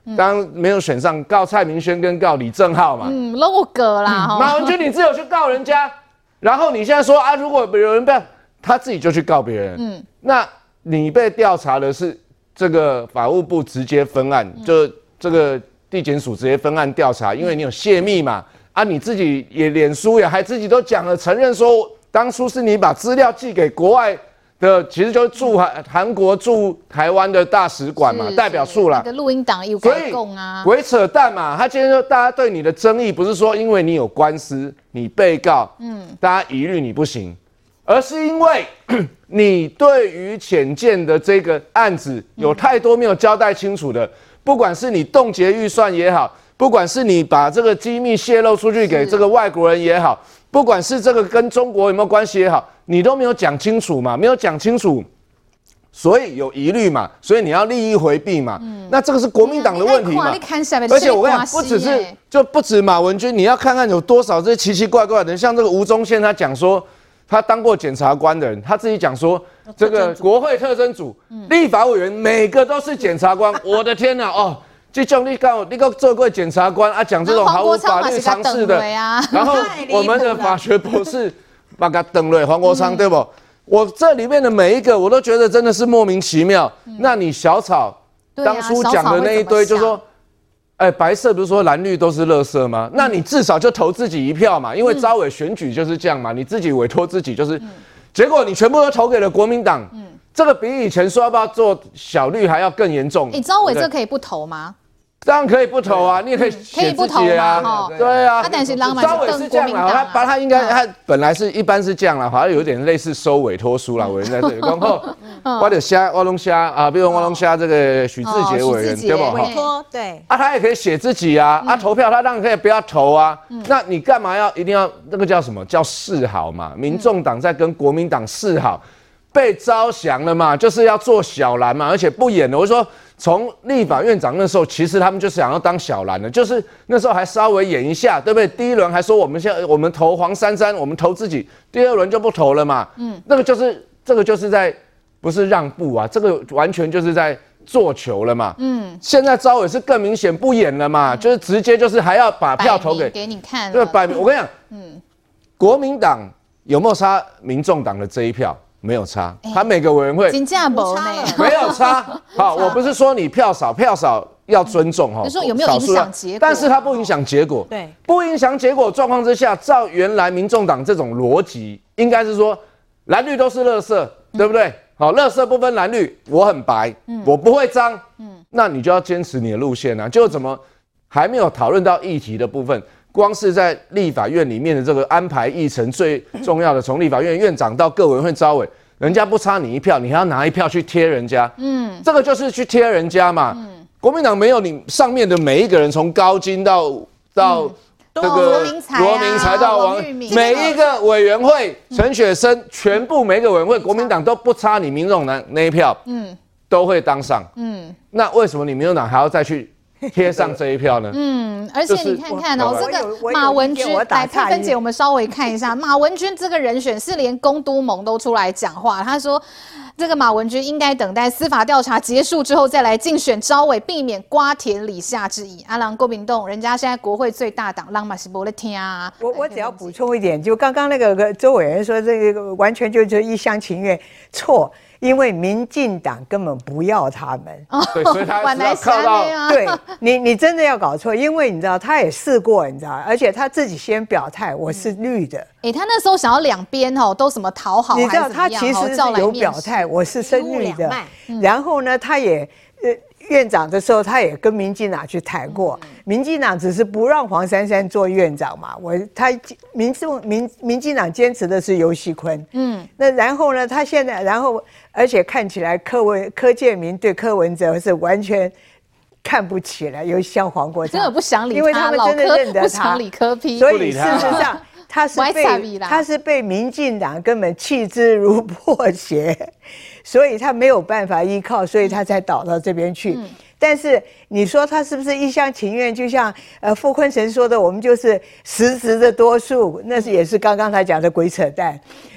当然没有选上，告蔡明轩跟告李正浩嘛。 漏格啦。 马文君，你只有去告人家，然后你现在说啊，如果有人被他自己就去告别人，那你被调查的是这个法务部直接分案，就这个地检署直接分案调查，因为你有泄密嘛。你自己也脸书也还自己都讲了，承认说当初是你把资料寄给国外的，其实就是驻韩国驻台湾的大使馆嘛，代表处啦。 那个录音档有改供啊， 鬼扯淡嘛！他今天说大家对你的争议，不是说因为你有官司，你被告，大家疑虑你不行，而是因为你对于潜舰的这个案子有太多没有交代清楚的，不管是你冻结预算也好。不管是你把这个机密泄露出去给这个外国人也好，不管是这个跟中国有没有关系也好，你都没有讲清楚嘛，没有讲清楚，所以有疑虑嘛，所以你要利益回避嘛。那这个是国民党的问题嘛。而且我跟你讲，不止马文君，你要看看有多少这些奇奇怪怪的人，像这个吴宗宪，他讲说他当过检察官的人，他自己讲说这个国会特侦组、立法委员每个都是检察官，我的天哪哦！这种你讲做过检察官啊，讲这种毫无法律常识的，然后我们的法学博士把他等了黄国昌，对不？我这里面的每一个我都觉得真的是莫名其妙。那你小草当初讲的那一堆，就说，白色不是说蓝绿都是垃圾吗？那你至少就投自己一票嘛，因为召委选举就是这样嘛，你自己委托自己就是，结果你全部都投给了国民党，这个比以前说要不要做小绿还要更严重。 召委这可以不投吗？ 当然可以不投啊，你也可以写自己啊，对啊。 但是召委是这样啦，他应该他本来是一般是这样啦，好像有点类似收委托书啦，委员在这里，然后我就写我拢写啊，比如我拢写这个许志杰委员，对不？ 委托对啊，他也可以写自己啊，投票他当然可以不要投啊，那你干嘛要一定要那个叫什么叫示好嘛？民众党在跟国民党示好，被招降了嘛，就是要做小蓝嘛，而且不演了。我说。从立法院长那时候，其实他们就想要当小蓝的，就是那时候还稍微演一下，对不对？第一轮还说我们投黄珊珊，我们投自己，第二轮就不投了嘛。这个就是在不是让步啊，这个完全就是在做球了嘛。现在召委是更明显不演了嘛，就是直接就是还要把票投给你看， 对，摆明我跟你讲，国民党有没有差民众党的这一票？没有差，他每个委员会没有差。好，我不是说你票少要尊重哈。 你说有没有影响结果？ 但是它不影响结果。 对， 不影响结果状况之下，照原来民众党这种逻辑，应该是说蓝绿都是垃圾，对不对？好，垃圾不分蓝绿，我很白，我不会脏。那你就要坚持你的路线啊。就怎么还没有讨论到议题的部分？光是在立法院里面的这个安排议程最重要的，从立法院院长到各委员会召委，人家不差你一票，你还要拿一票去贴人家，这个就是去贴人家嘛。国民党没有你上面的每一个人，从高金到这个罗明才到王，每一个委员会陈雪生，全部每一个委员会，国民党都不差你民众党那一票，都会当上。那为什么你民众党还要再去贴上这一票呢？ 而且你看看哦，这个马文君，来佩芬姐，我们稍微看一下，马文君这个人选是连公都盟都出来讲话，他说这个马文君应该等待司法调查结束之后再来竞选召委，避免瓜田李下之疑。阿郎郭炳栋，人家现在国会最大党，让马西博的听啊。 我只要补充一点，就刚刚那个周委员说这个完全就是一厢情愿，错。因为民进党根本不要他们， 对，所以他要靠到对你真的要搞错，因为你知道他也试过，你知道，而且他自己先表态我是绿的。 他那时候想要两边都什么讨好， 你知道他其实有表态我是深绿的，然后呢，他也院长的时候他也跟民进党去谈过，民进党只是不让黄珊珊做院长嘛，民进党坚持的是游锡堃，那然后呢，他现在而且看起来柯建铭对柯文哲是完全看不起来，尤其像黄国昌， 真的不想理他， 因为他们真的认得他， 不想理柯 P， 所以事实上他是被民进党根本弃之如破鞋，所以他没有办法依靠，所以他才倒到这边去。但是你说他是不是一厢情愿？就像傅昆萛说的，我们就是实质的多数，那是也是刚刚他讲的鬼扯淡。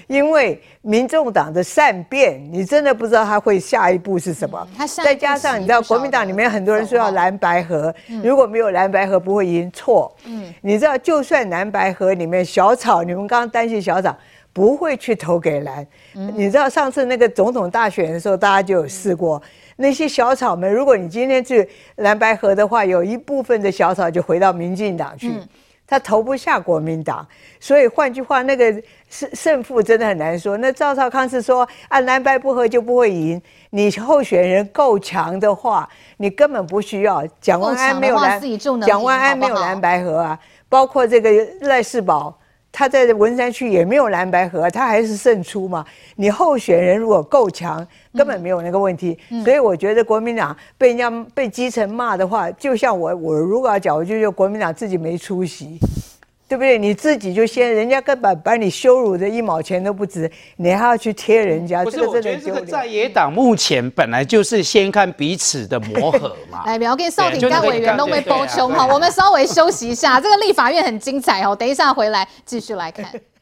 因为民众党的善变，你真的不知道他会下一步是什么。再加上你知道国民党里面很多人说要蓝白合，如果没有蓝白合不会赢，错。你知道就算蓝白合里面小草，你们刚刚担心小草不会去投给蓝。你知道上次那个总统大选的时候，大家就有试过。那些小草们，如果你今天去蓝白合的话，有一部分的小草就回到民进党去，他投不下国民党，所以换句话，那个胜负真的很难说。那赵少康是说啊，蓝白不合就不会赢，你候选人够强的话，你根本不需要。蒋万安没有蓝白合啊，包括这个赖士葆。他在文山区也没有蓝白合，他还是胜出嘛。你候选人如果够强，根本没有那个问题。所以我觉得国民党被人家被基层骂的话，就像我如果要讲，我就觉得国民党自己没出息，对不对？你自己就先，人家根本把你羞辱的1毛钱都不值，你还要去贴人家， 不是？我觉得这个在野党目前本来就是先看彼此的磨合嘛。 来，不要跟少廷跟委员都被包穷哈，我们稍微休息一下。这个立法院很精彩哦，等一下回来继续来看。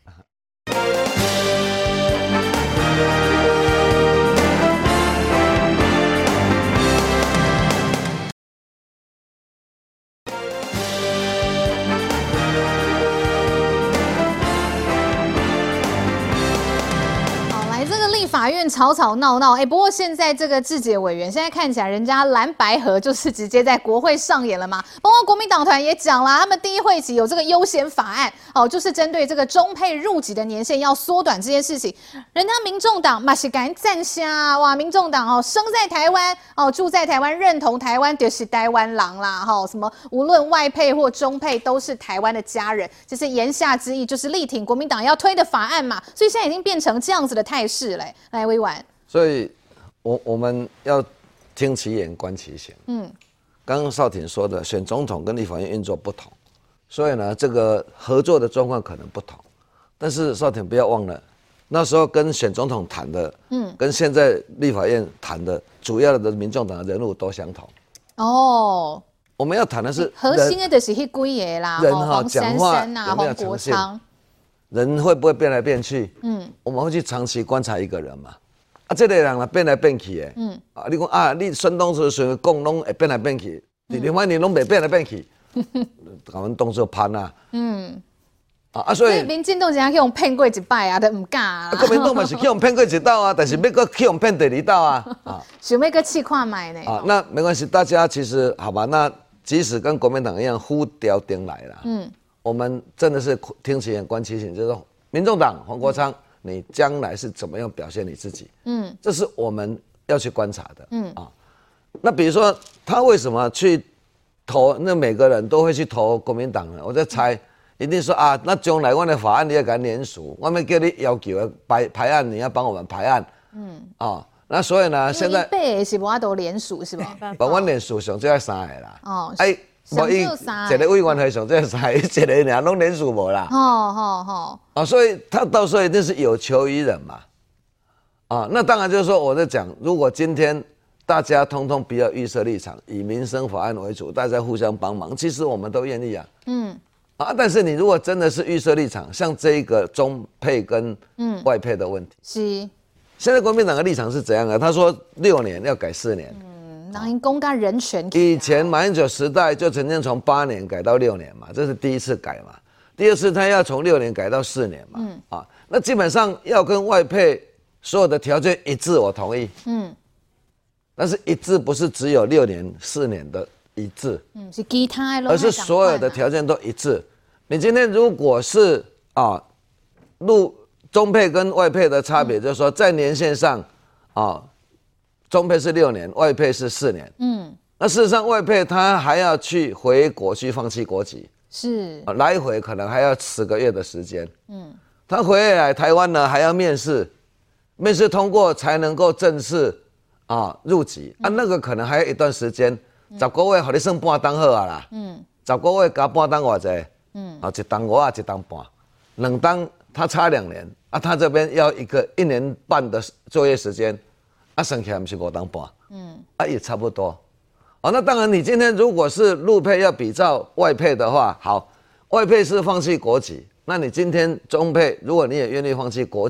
法院吵吵闹闹，不过现在这个质检委员现在看起来，人家蓝白合就是直接在国会上演了嘛。包括国民党团也讲了，他们第一会期有这个优先法案，就是针对这个中配入籍的年限要缩短这件事情。人家民众党嘛是敢赞下哇，民众党生在台湾住在台湾，认同台湾就是台湾人啦什么无论外配或中配都是台湾的家人，就是言下之意就是力挺国民党要推的法案嘛。所以现在已经变成这样子的态势嘞。来，委婉。 所以，我们要听其言，观其行。刚刚少廷说的，选总统跟立法院运作不同，所以呢，这个合作的状况可能不同。但是少廷不要忘了，那时候跟选总统谈的，跟现在立法院谈的，主要的民众党的人物都相同。我们要谈的是核心的，就是那几个啦，黄珊珊啊，黄国昌。 人会不会变来变去？我们会去长期观察一个人嘛。这个人变来变去的，你讲啊，你孙东时讲拢会变来变去，另外你拢袂变来变去，我们当作攀啊。所以民进党是去用骗过一摆啊，都唔敢啊。 国民党嘛是去用骗过一道啊，但是要搁去用骗第2道啊。 想要搁试看卖呢。 那没关系，大家其实好吧，那即使跟国民党一样呼调定来了，我们真的是听其言观其行，就是说民众党黄国昌，你将来是怎么样表现你自己？这是我们要去观察的。那比如说他为什么去投？那每个人都会去投国民党呢？我在猜，一定说啊，那将来我的法案你要给他联署，我们叫你要求排案，你要帮我们排案。那所以呢，现在北是无法度联署是吧？ 把我联署上最要3个啦。无伊一个委员会上这3个，一个俩拢联署无啦。所以他到时候一定是有求于人嘛。那当然就是说我在讲，如果今天大家通通不要预设立场，以民生法案为主，大家互相帮忙，其实我们都愿意啊。但是你如果真的是预设立场，像这一个中配跟外配的问题， 是现在国民党的立场是怎样的？他说6年要改4年。 人公干人权。 以前马英九时代就曾经从8年改到6年嘛，这是第一次改嘛。第二次他要从6年改到4年嘛。那基本上要跟外配所有的条件一致，我同意。但是一致不是只有6年、4年的一致， 是其他的， 而是所有的条件都一致。你今天如果是中配跟外配的差别，就是说在年限上中配是6年，外配是4年。那事实上外配他还要去回国去放弃国籍， 是来回可能还要10个月的时间。他回来台湾呢还要面试，面试通过才能够正式入籍。那个可能还有一段时间，10个月给你算半当好啊啦。10个月加半当偌济？一当5啊，一当半，2当他差2年他这边要1年半的作业时间。算起来不是5当半，也差不多。那当然，你今天如果是陆配要比照外配的话，好，外配是放弃国籍，那你今天中配，如果你也愿意放弃国籍，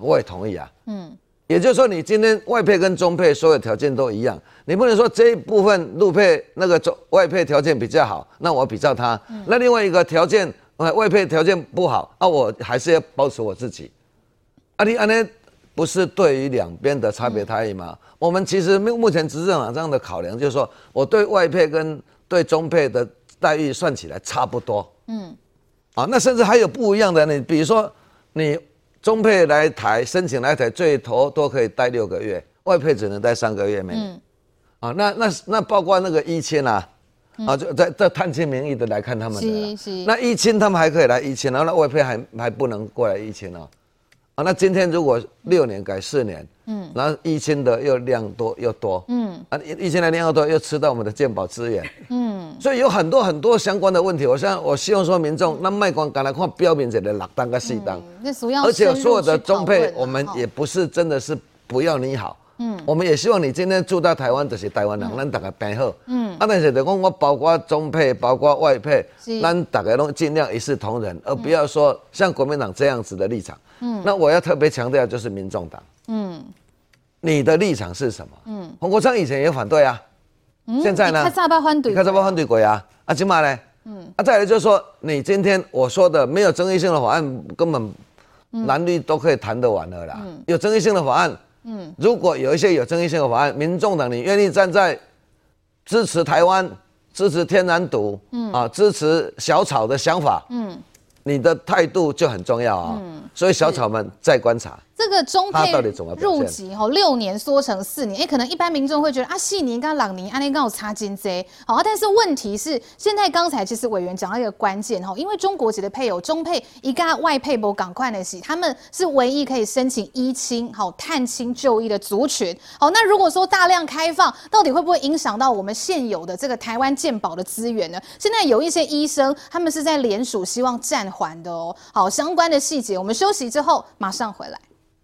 我也同意啊。也就是说，你今天外配跟中配所有条件都一样，你不能说这一部分陆配那个外配条件比较好，那我比照他，那另外一个条件外配条件不好，我还是要保持我自己。你安呢不是对于两边的差别差异吗？我们其实目前执政党这样的考量，就是说我对外配跟对中配的待遇算起来差不多。那甚至还有不一样的，你比如说你。中配来台申请来台，最多都可以待6个月，外配只能待3个月没。那包括那个1000啊，就在探亲名义的来看他们的，那1000他们还可以来1000，然后那外配还不能过来1000哦。那今天如果6年改4年，然后1000的又量多又多，1000的量又多，又吃到我们的健保资源，所以有很多相关的问题。我希望说民众，那卖光刚才看标明者的6档跟4档，而且所有的中配，我们也不是真的是不要你好，我们也希望你今天住到台湾就是台湾人，咱大家平好，但是就讲我包括中配，包括外配，咱大家都尽量一视同仁，而不要说像国民党这样子的立场。那我要特别强调就是民众党，你的立场是什么？洪国昌以前也反对啊，现在呢？ 他早反对过啊，今嘛呢？再来就是说，你今天我说的没有争议性的法案，根本蓝绿都可以谈得完了啦。有争议性的法案，如果有一些有争议性的法案，民众党你愿意站在支持台湾、支持天然独，支持小草的想法，你的态度就很重要啊。所以小草们再观察。 这个中配入籍6年缩成4年，可能一般民众会觉得4年跟2年，安尼刚有差真多。好，但是问题是，现在刚才其实委员讲到一个关键因为中国籍的配偶中配一个外配不赶快的是，他们是唯一可以申请依亲探亲就医的族群。好，那如果说大量开放，到底会不会影响到我们现有的这个台湾健保的资源呢？现在有一些医生他们是在联署希望暂缓的哦。好，相关的细节我们休息之后马上回来。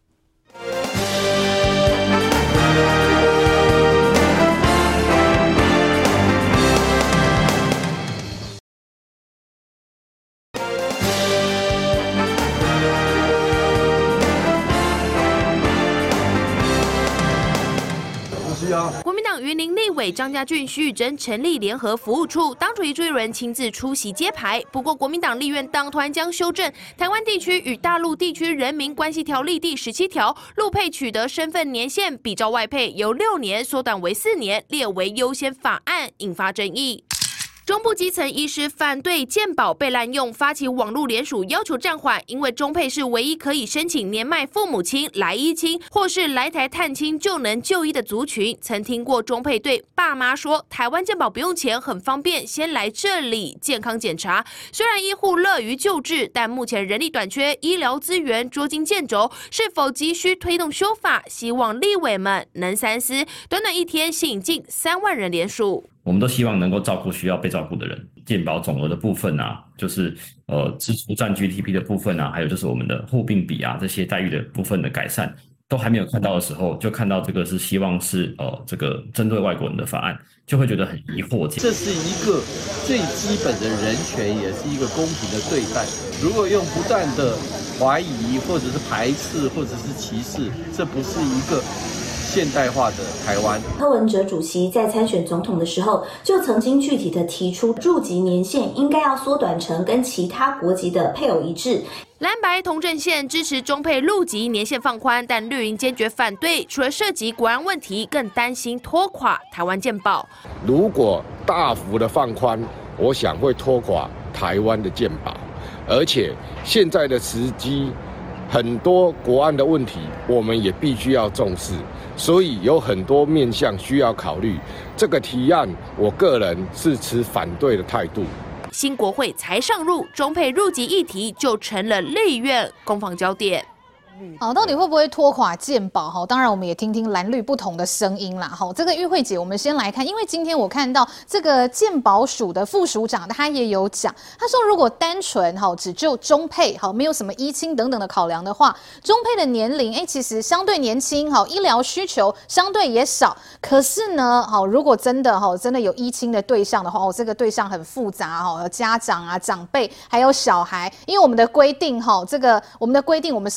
国民党云林立委张家俊、徐宇珍成立联合服务处，当主席朱立伦亲自出席揭牌。不过，国民党立院党团将修正《台湾地区与大陆地区人民关系条例》第17条，陆配取得身份年限比照外配由6年缩短为4年，列为优先法案，引发争议。中部基层医师反对健保被滥用，发起网络联署要求暂缓，因为中配是唯一可以申请年迈父母亲来依亲或是来台探亲就能就医的族群。曾听过中配对爸妈说，台湾健保不用钱，很方便，先来这里健康检查。虽然医护乐于救治，但目前人力短缺，医疗资源捉襟见肘，是否急需推动修法？希望立委们能三思。短短1天吸引近3万人联署。 我们都希望能够照顾需要被照顾的人，健保总额的部分啊，就是支出占 GDP 的部分啊，还有就是我们的护病比啊，这些待遇的部分的改善，都还没有看到的时候，就看到这个是希望是这个针对外国人的法案，就会觉得很疑惑。 这是一个最基本的人权，也是一个公平的对待。如果用不断的怀疑或者是排斥或者是歧视，这不是一个现代化的台湾。 柯文哲主席在参选总统的时候，就曾经具体的提出入籍年限应该要缩短成跟其他国籍的配偶一致。 蓝白同阵线支持中配入籍年限放宽，但绿营坚决反对，除了涉及国安问题，更担心拖垮台湾健保。 如果大幅的放宽，我想会拖垮台湾的健保，而且现在的时机，很多国安的问题，我们也必须要重视。所以有很多面向需要考虑，这个提案我个人是持反对的态度。 新国会才上路，中配入籍议题就成了立院攻防焦点。 好，到底会不会拖垮健保？当然我们也听听蓝绿不同的声音啦。这个玉慧姐，我们先来看，因为今天我看到这个健保署的副署长他也有讲，他说如果单纯只就中配没有什么依亲等等的考量的话，中配的年龄其实相对年轻，医疗需求相对也少。可是呢，如果真的有依亲的对象的话，这个对象很复杂，有家长啊、长辈还有小孩，因为我们的规定我们稍微往上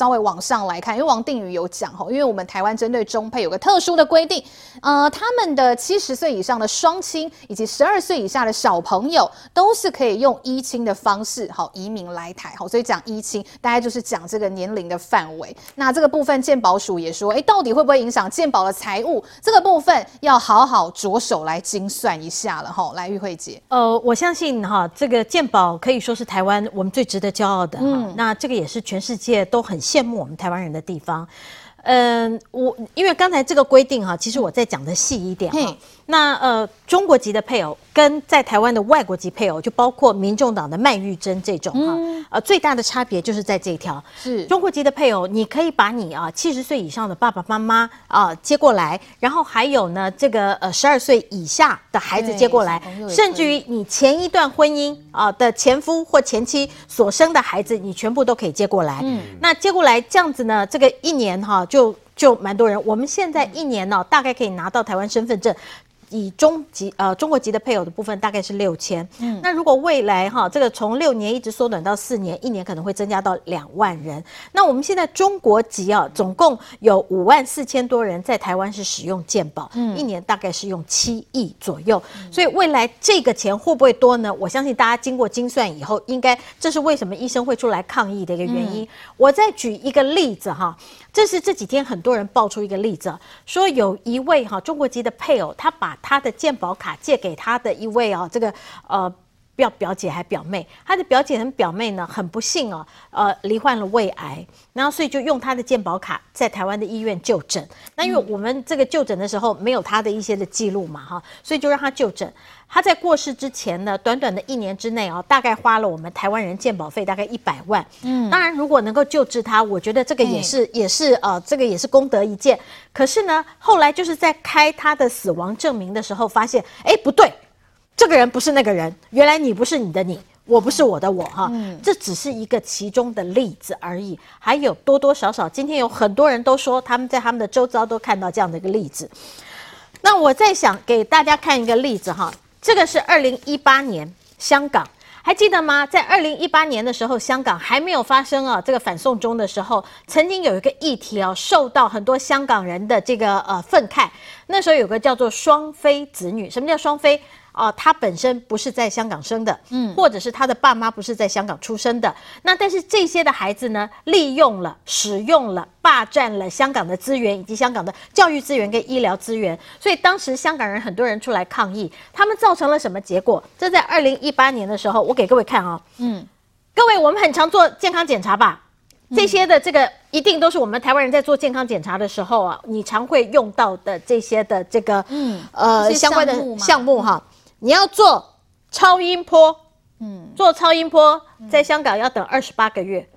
上来看，因为王定宇有讲因为我们台湾针对中配有个特殊的规定，他们的70岁以上的双亲以及12岁以下的小朋友都是可以用依亲的方式移民来台，所以讲依亲大概就是讲这个年龄的范围。那这个部分健保署也说，到底会不会影响健保的财务？这个部分要好好着手来精算一下了来，玉慧姐。 我相信这个健保可以说是台湾我们最值得骄傲的，那这个也是全世界都很羡慕我们台湾人的地方。因为刚才这个规定其实我再讲的细一点那中国籍的配偶跟在台湾的外国籍配偶，就包括民众党的麦玉珍这种最大的差别就是在这一条，是中国籍的配偶，你可以把你70岁以上的爸爸妈妈接过来，然后还有呢这个12岁以下的孩子接过来，甚至于你前一段婚姻的前夫或前妻所生的孩子，你全部都可以接过来。那接过来这样子呢，这个一年就蛮多人，我们现在一年大概可以拿到台湾身份证。以中国籍的配偶的部分大概是6000，那如果未来这个从6年一直缩短到4年，一年可能会增加到2万人。那我们现在中国籍总共有54000多人在台湾是使用健保，一年大概是用7亿左右。所以未来这个钱会不会多呢？我相信大家经过精算以后，应该这是为什么医生会出来抗议的一个原因。我再举一个例子这是这几天很多人爆出一个例子，说有一位中国籍的配偶，他把他的健保卡借给他的一位这个表姐还表妹，他的表姐和表妹呢很不幸罹患了胃癌，然后所以就用他的健保卡在台湾的医院就诊。那因为我们这个就诊的时候没有他的一些的记录嘛所以就让他就诊。他在过世之前呢，短短的1年之内大概花了我们台湾人健保费大概100万。当然如果能够救治他，我觉得这个也是这个也是功德一件。可是呢，后来就是在开他的死亡证明的时候，发现不对，这个人不是那个人，原来你不是你的你，我不是我的我这只是一个其中的例子而已，还有多多少少，今天有很多人都说他们在他们的周遭都看到这样的一个例子。那我在想给大家看一个例子这个是2018年香港，还记得吗？在2018年的时候，香港还没有发生这个反送中的时候，曾经有一个议题受到很多香港人的这个愤慨。那时候有个叫做双非子女，什么叫双非？他本身不是在香港生的，或者是他的爸妈不是在香港出生的。那但是这些的孩子呢，利用了、使用了、霸占了香港的资源以及香港的教育资源跟医疗资源，所以当时香港人很多人出来抗议，他们造成了什么结果？这在2018年的时候，我给各位看各位，我们很常做健康检查吧？这些的这个一定都是我们台湾人在做健康检查的时候你常会用到的这些的这个相关的项目你要做超音波，做超音波在香港要等28个月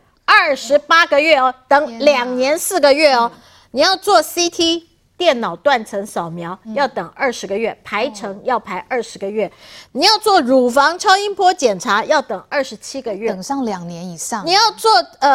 ，28个月等2年4个月你要做 CT 电脑断层扫描要等20个月，排程要排20个月，你要做乳房超音波检查要等27个月， 等上2年以上。 你要做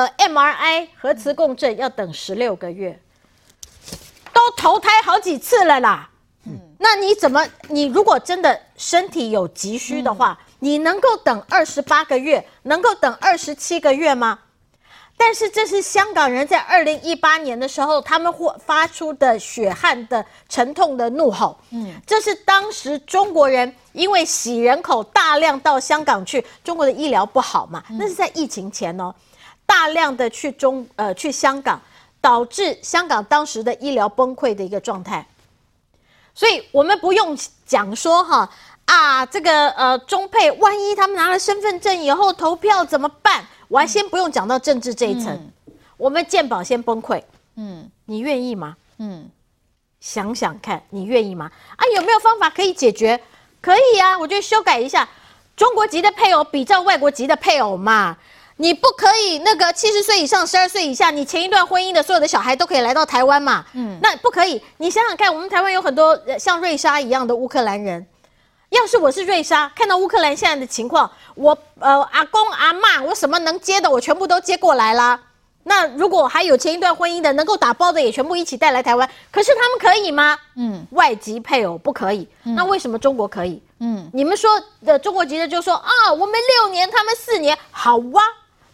MRI 核磁共振要等16个月，都投胎好几次了啦。那你如果真的身体有急需的话，你能够等28个月，能够等27个月吗？但是这是香港人在2018年的时候，他们发出的血汗的沉痛的怒吼。这是当时中国人因为洗人口大量到香港去，中国的医疗不好嘛，那是在疫情前大量的去香港，导致香港当时的医疗崩溃的一个状态。所以我们不用讲说这个中配万一他们拿了身份证以后投票怎么办？我还先不用讲到政治这一层，我们健保先崩溃，你愿意吗？想想看，你愿意吗？有没有方法可以解决？可以我觉得修改一下，中国籍的配偶比照外国籍的配偶嘛。你不可以那个70岁以上、12岁以下，你前一段婚姻的所有的小孩都可以来到台湾嘛？那不可以。你想想看，我们台湾有很多像瑞莎一样的乌克兰人。要是我是瑞莎，看到乌克兰现在的情况，我阿公阿嬷，我什么能接的，我全部都接过来啦。那如果还有前一段婚姻的，能够打包的也全部一起带来台湾，可是他们可以吗？外籍配偶不可以。那为什么中国可以？你们说中国籍的就说我们6年，他们4年，好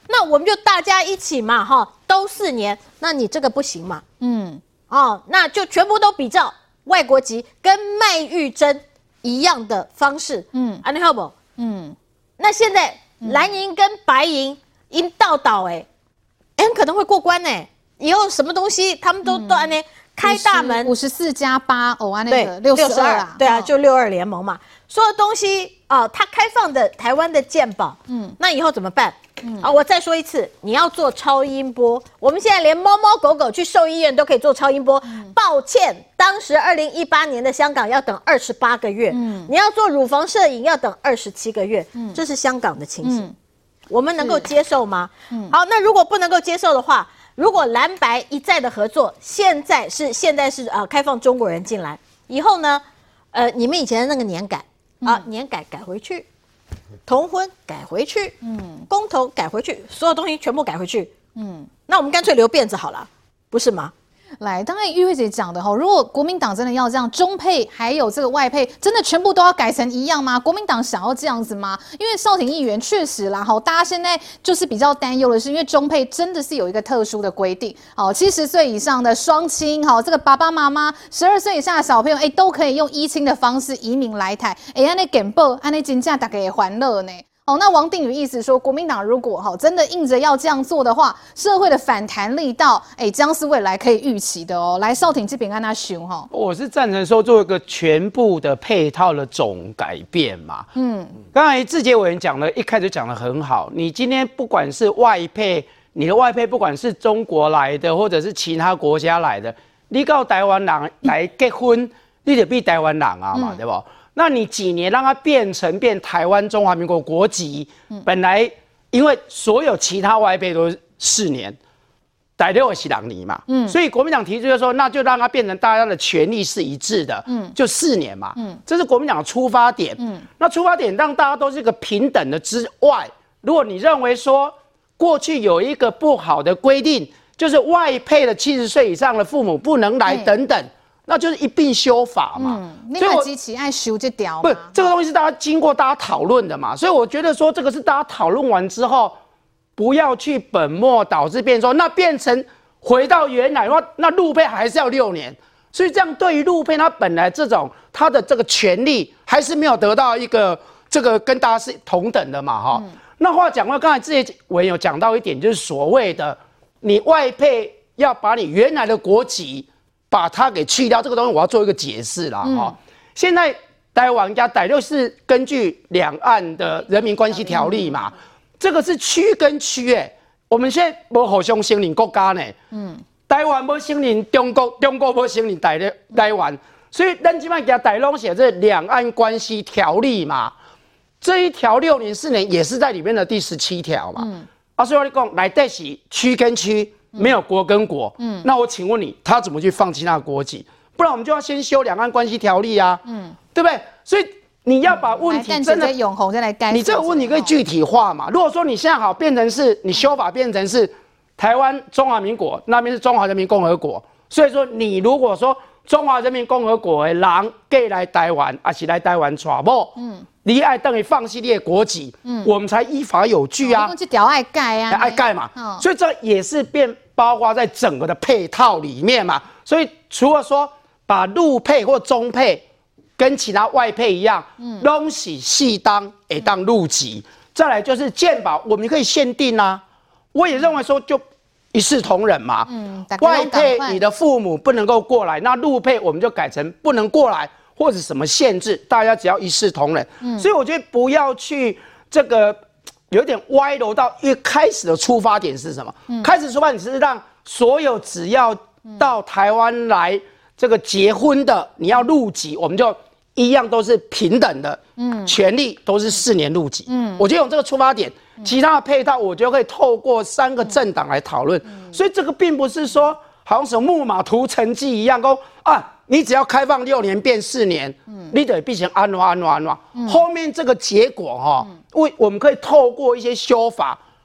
那我们就大家一起嘛，哈，都4年，那你这个不行嘛，那就全部都比照外国籍跟麦玉珍一样的方式，安尼好不？那现在蓝营跟白营因倒很可能会过关以后什么东西他们都安呢开大门 54+8哦，那个对 62啊， 对啊，就62联盟嘛，所有东西它开放的台湾的健保，那以后怎么办？我再说一次，你要做超音波，我们现在连猫猫狗狗去兽医院都可以做超音波。抱歉，当时2018年的香港要等28个月，你要做乳房摄影要等27个月，这是香港的情形，我们能够接受吗？好，那如果不能够接受的话，如果蓝白一再的合作，现在是开放中国人进来，以后呢，你们以前的那个年改年改回去。同婚改回去，公投改回去，所有东西全部改回去，那我们干脆留辫子好了，不是吗？ 来，当然玉慧姐讲的哈，如果国民党真的要这样，中配还有这个外配，真的全部都要改成一样吗？国民党想要这样子吗？因为少廷议员确实啦，哈，大家现在就是比较担忧的是，因为中配真的是有一个特殊的规定，好，70岁以上的双亲，好，这个爸爸妈妈，12岁以下的小朋友，都可以用依亲的方式移民来台，安尼简报，安尼真正大家也欢乐呢。哦，那王定宇意思说，国民党如果真的硬着要这样做的话，社会的反弹力道，将是未来可以预期的哦。来，少廷这边跟他熊哈， 我是赞成说做一个全部的配套的总改变嘛。刚才志杰委员讲的，一开始讲的很好。你今天不管是外配，你的外配不管是中国来的，或者是其他国家来的，你到台湾人来结婚，你得比台湾人啊嘛，对不？那你几年让它变台湾中华民国国籍？本来因为所有其他外配都是4年，第6个是2年嘛，所以国民党提出就说，那就让它变成大家的权利是一致的，就4年嘛，这是国民党的出发点。那出发点让大家都是一个平等的之外，如果你认为说过去有一个不好的规定，就是外配的70岁以上的父母不能来等等。那就是一并修法嘛， 所以我机器爱修这条， 不，这个东西是经过大家讨论的嘛，所以我觉得说这个是大家讨论完之后，不要去本末倒置，变说那变成回到原来的话，那陆配还是要6年，所以这样对于陆配他本来他的这个权利还是没有得到一个这个跟大家是同等的嘛哈。那话讲回，刚才这些委员有讲到一点，就是所谓的你外配要把你原来的国籍。把它给去掉，这个东西我要做一个解释啦哈。现在台湾加第6是根据两岸的人民关系条例嘛，这个是区跟区我们现在没互相承认国家呢，台湾没承认中国，中国没承认台湾，所以咱今麦给台拢写这两岸关系条例嘛，这一条6年4年也是在里面的第17条嘛，所以我跟你讲，来底是区跟区。没有国跟国，那我请问你，他怎么去放弃那个国籍？不然我们就要先修两岸关系条例啊，对不对？所以你要把问题真的永红再来改， 你这个问题可以具体化嘛？如果说你现在好变成是你修法变成是台湾中华民国那边是中华人民共和国，所以说你如果说中华人民共和国的人嫁来台湾，还是来台湾娶某，你爱等于放弃你的国籍，我们才依法有据啊。 这条爱盖啊， 爱盖嘛，所以这也是包括在整个的配套里面嘛。所以除了说把陆配或中配跟其他外配一样，东西细当也当陆籍，再来就是健保，我们可以限定啊。我也认为说就一视同仁嘛，外配你的父母不能够过来，那陆配我们就改成不能过来。或者什么限制，大家只要一视同仁。所以我觉得不要去这个有点歪楼到一开始的出发点是什么？开始出发点是让所有只要到台湾来这个结婚的，你要入籍，我们就一样都是平等的，权利都是4年入籍。我觉得有这个出发点，其他的配套我觉得可以透过3个政党来讨论。所以这个并不是说好像什么木马屠城记一样，说啊。你只要开放6年变4年，你得必须安怎。后面这个结果我们可以透过一些修法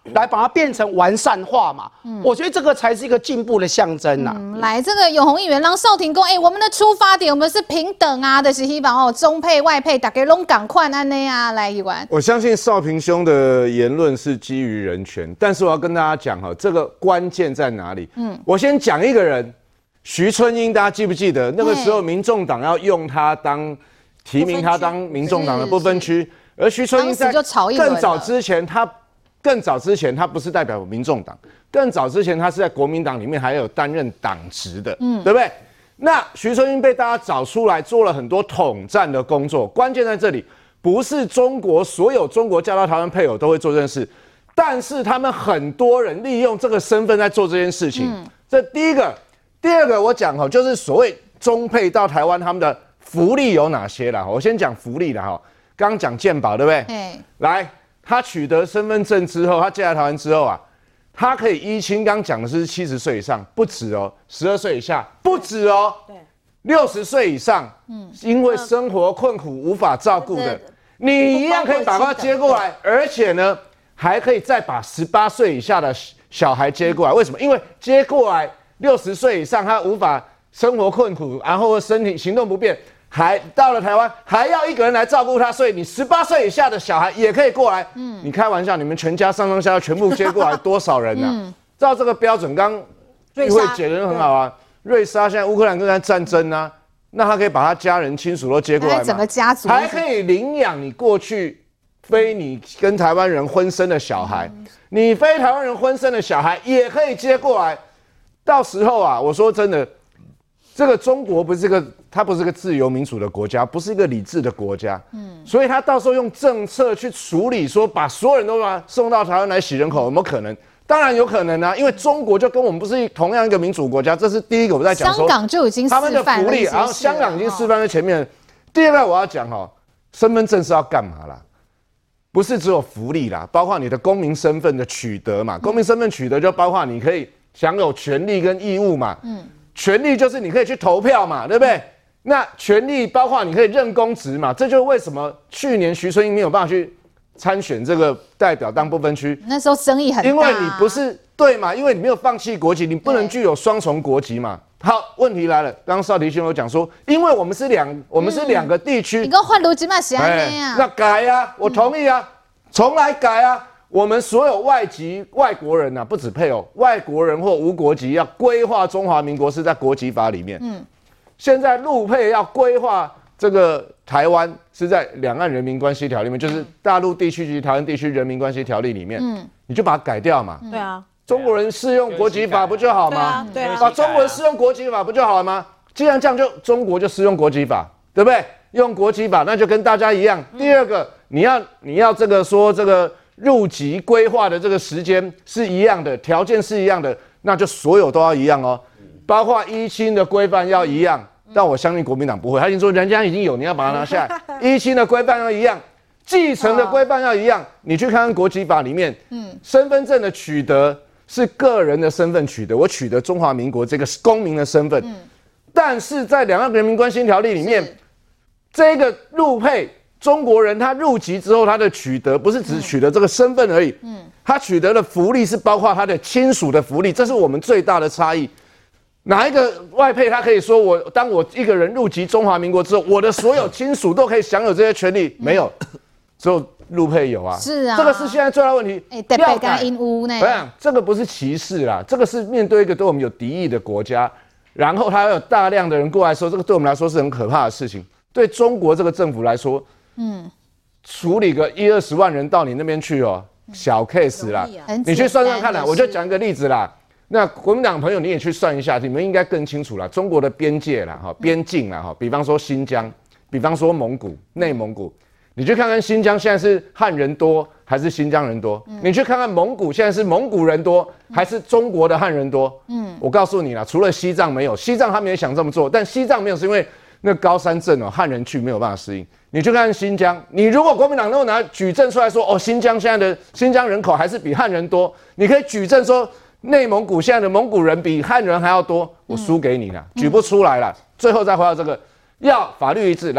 来把它变成完善化嘛。我觉得这个才是一个进步的象征啊。 来，这个永红议员让少廷公，我们的出发点我们是平等啊，就是希望中配外配大家拢赶快安内啊，来议员。 我相信少平兄的言论是基于人权，但是我要跟大家讲哈，这个关键在哪里？我先讲一个人，徐春英，大家记不记得那个时候民众党要用他当提名他当民众党的不分区，而徐春英在更早之前他不是代表民众党，更早之前他是在国民党里面还有担任党职的，对不对？那徐春英被大家找出来做了很多统战的工作，关键在这里，不是所有中国嫁到台湾配偶都会做这件事，但是他们很多人利用这个身份在做这件事情。这第一个，第二个我讲就是所谓中配到台湾他们的福利有哪些啦？我先讲福利啦哈，刚刚讲健保对不对？来。他取得身份证之后，他嫁来台湾之后啊，他可以依亲，刚讲的是70岁以上，不止哦，12岁以下不止哦，对，60岁以上，因为生活困苦无法照顾的，你一样可以把他接过来，而且呢，还可以再把18岁以下的小孩接过来。为什么？因为接过来60岁以上，他无法生活困苦，然后身体行动不便。还到了台湾，还要一个人来照顾他，所以你18岁以下的小孩也可以过来。你开玩笑，你们全家上下全部接过来，多少人啊？照这个标准，刚议会解得很好啊。瑞莎现在乌克兰跟他战争啊，那他可以把他家人亲属都接过来吗？ 整个家族还可以领养你过去非你跟台湾人婚生的小孩，你非台湾人婚生的小孩也可以接过来。到时候啊，我说真的。这个中国它不是个自由民主的国家，不是一个理智的国家，所以他到时候用政策去处理，说把所有人都把他送到台湾来洗人口，有没有可能？当然有可能啊，因为中国就跟我们不是同样一个民主国家，这是第一个我在讲说， 香港就已经他们的福利，然后香港已经示范在前面。第二个我要讲身份证是要干嘛啦？不是只有福利啦，包括你的公民身份的取得嘛，公民身份取得就包括你可以享有权利跟义务嘛，权利就是你可以去投票嘛，对不对？那权利包括你可以任公职嘛，这就是为什么去年徐春英没有办法去参选这个代表当不分区， 那时候争议很大， 因为你不是对嘛，因为你没有放弃国籍，你不能具有双重国籍嘛。好，问题来了，刚刚邵提兄有讲说，因为我们是两个地区， 你跟换卢吉嘛是安尼啊？ 那改啊，我同意啊，重来改啊。我们所有外国人啊，不止配偶，外国人或无国籍要规划中华民国是在国籍法里面。现在陆配要规划这个台湾是在两岸人民关系条例里面，就是大陆地区及台湾地区人民关系条例里面，你就把它改掉嘛。 对啊， 中国人适用国籍法不就好吗？ 对啊， 把中国人适用国籍法不就好了吗？既然这样，就中国就适用国籍法，对不对？用国籍法那就跟大家一样。第二个，你要这个说这个。入籍规划的这个时间是一样的，条件是一样的，那就所有都要一样哦，包括依亲的规范要一样。但我相信国民党不会，他已经说人家已经有，你要把它拿下来。依亲的规范要一样，继承的规范要一样。你去看看国籍法里面，身份证的取得是个人的身份取得，我取得中华民国这个公民的身份，但是在两岸人民关系条例里面，这个陆配。中国人他入籍之后，他的取得不是只取得这个身份而已，他取得的福利是包括他的亲属的福利，这是我们最大的差异。哪一个外配他可以说当我一个人入籍中华民国之后，我的所有亲属都可以享有这些权利？没有，只有陆配有啊。 是啊， 这个是现在最大的问题。 要改阴污呢？ 这个不是歧视啦，这个是面对一个对我们有敌意的国家，然后他有大量的人过来说，这个对我们来说是很可怕的事情。对中国这个政府来说。处理个20-20万人到你那边去小 case 啦，你去算算看啦。我就讲一个例子啦。那国民党朋友你也去算一下，你们应该更清楚啦。中国的边界啦，边境啦，比方说新疆，比方说蒙古、内蒙古，你去看看新疆现在是汉人多还是新疆人多？你去看看蒙古现在是蒙古人多还是中国的汉人多？我告诉你啦，除了西藏没有，西藏他们也想这么做，但西藏没有是因为那高山症汉人去没有办法适应。你去看新疆，你如果国民党能够拿举证出来说，新疆现在的新疆人口还是比汉人多，你可以举证说内蒙古现在的蒙古人比汉人还要多，我输给你了，举不出来了。最后再回到这个，要法律一致，来，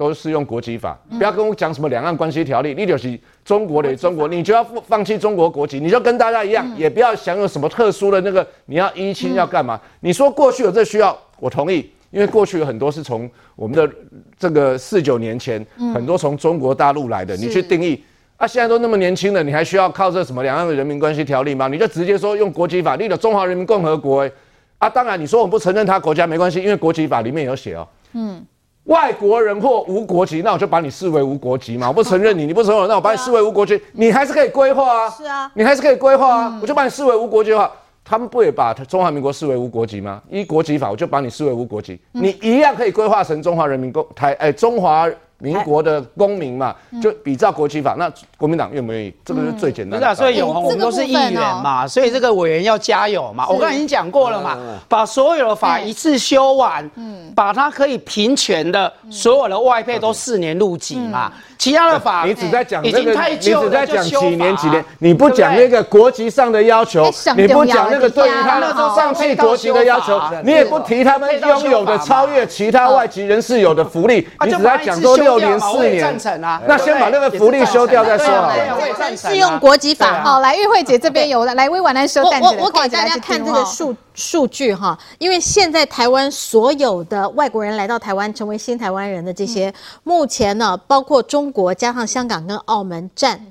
都适用国籍法，不要跟我讲什么两岸关系条例，你就是中国的中国，你就要放弃中国国籍，你就跟大家一样，也不要享有什么特殊的那个，你要依亲要干嘛？你说过去有这需要，我同意，因为过去有很多是从我们的这个49年前，很多从中国大陆来的，你去定义。现在都那么年轻了，你还需要靠这什么两岸人民关系条例吗？你就直接说用国籍法，立了中华人民共和国当然你说我们不承认他国家没关系，因为国籍法里面有写外国人或无国籍，那我就把你视为无国籍嘛，我不承认你，你不承认我，那我把你视为无国籍，你还是可以规划啊， 是啊， 你还是可以规划啊，我就把你视为无国籍的话，他们不也把中华民国视为无国籍吗？依国籍法，我就把你视为无国籍，你一样可以规划成中华民国的公民嘛，就比照国籍法，那国民党愿不愿意？这个是最简单的。 不是，所以永宏我们都是议员嘛，所以这个委员要加油嘛。我刚才已经讲过了嘛，把所有的法一次修完，把它可以平权的所有的外配都4年入籍嘛。其他的法你只在讲已经太旧了， 你只在讲几年，你不讲那个国籍上的要求，你不讲那个对于他放弃国籍的要求，你也不提他们拥有的超越其他外籍人士有的福利，你只在讲说6年4年，那先把那个福利修掉再说好了。 适用国籍法。 好，来玉慧姐这边有的，来微婉来修蛋姐。 我给大家看这个数据哈，因为现在台湾所有的外国人来到台湾成为新台湾人的这些，目前呢，包括中国加上香港跟澳门占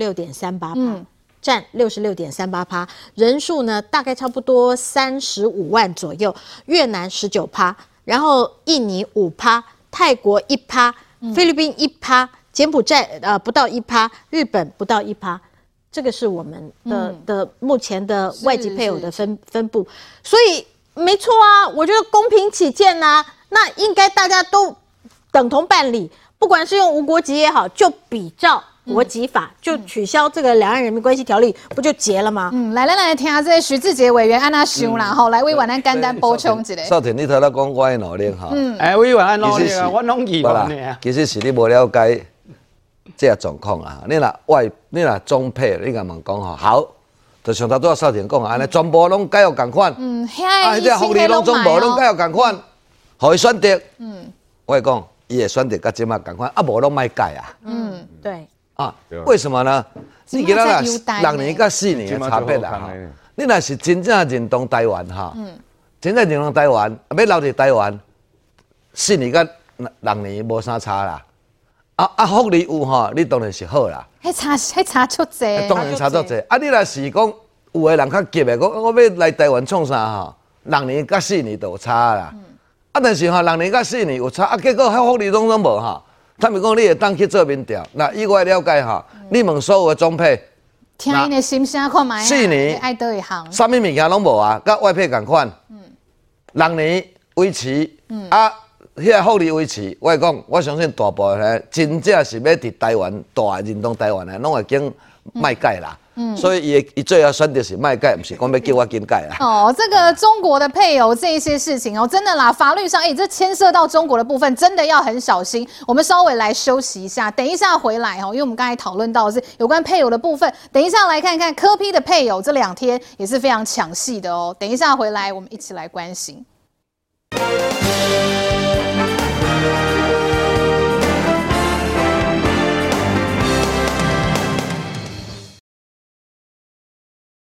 66.38%，占66.38%，人数呢大概差不多35万左右，越南19%，然后印尼5%，泰国1%，菲律宾1%，柬埔寨不到1%，日本不到1%。这个是我们的目前的外籍配偶的分布，所以没错啊，我觉得公平起见啊，那应该大家都等同办理，不管是用无国籍也好，就比照国籍法，就取消这个两岸人民关系条例，不就结了吗？ 来听下这徐志杰委员按他想啦，吼，来委婉咱简单补充一下。 少田，你头来讲我的努力哈， 委婉按努力啊，我拢议员其实是你无了解这个状况啊，你若中配，你甲问讲吼，好，就像头拄少田讲啊，安尼全部拢改有共款，这福利拢全部拢改有共款，互伊选择，我会讲，伊会选择甲即马共款，无拢莫改啊， 对， 为什么呢？你今仔6年甲4年的差别啦，你若是真正认同台湾哈，真正认同台湾，要留伫台湾，4年甲6年无啥差啦。福利有吼，你当然是好啦。 迄差足济， 当然差足济。你若是讲有个人较急的，我要来台湾创啥吼？6年甲4年就有差啦。但是吼6年甲4年有差，结果迄福利拢无哈。他们讲你会当去做民调，那以我了解哈，你问所有的总配， 听因的心声看卖 4年爱倒一行， 啥物物件拢无啊，甲外配共款。6年维持迄个福利维持，我讲，我相信大部分人真正是要伫台湾大认同台湾的，拢会经卖改啦。所以伊最后选择是卖改，不是讲要叫我紧改啦。 这个中国的配偶这一些事情真的啦，法律上这牵涉到中国的部分，真的要很小心。我们稍微来休息一下，等一下回来因为我们刚才讨论到的是有关配偶的部分，等一下来看看柯 P 的配偶这2天也是非常抢戏的等一下回来我们一起来关心。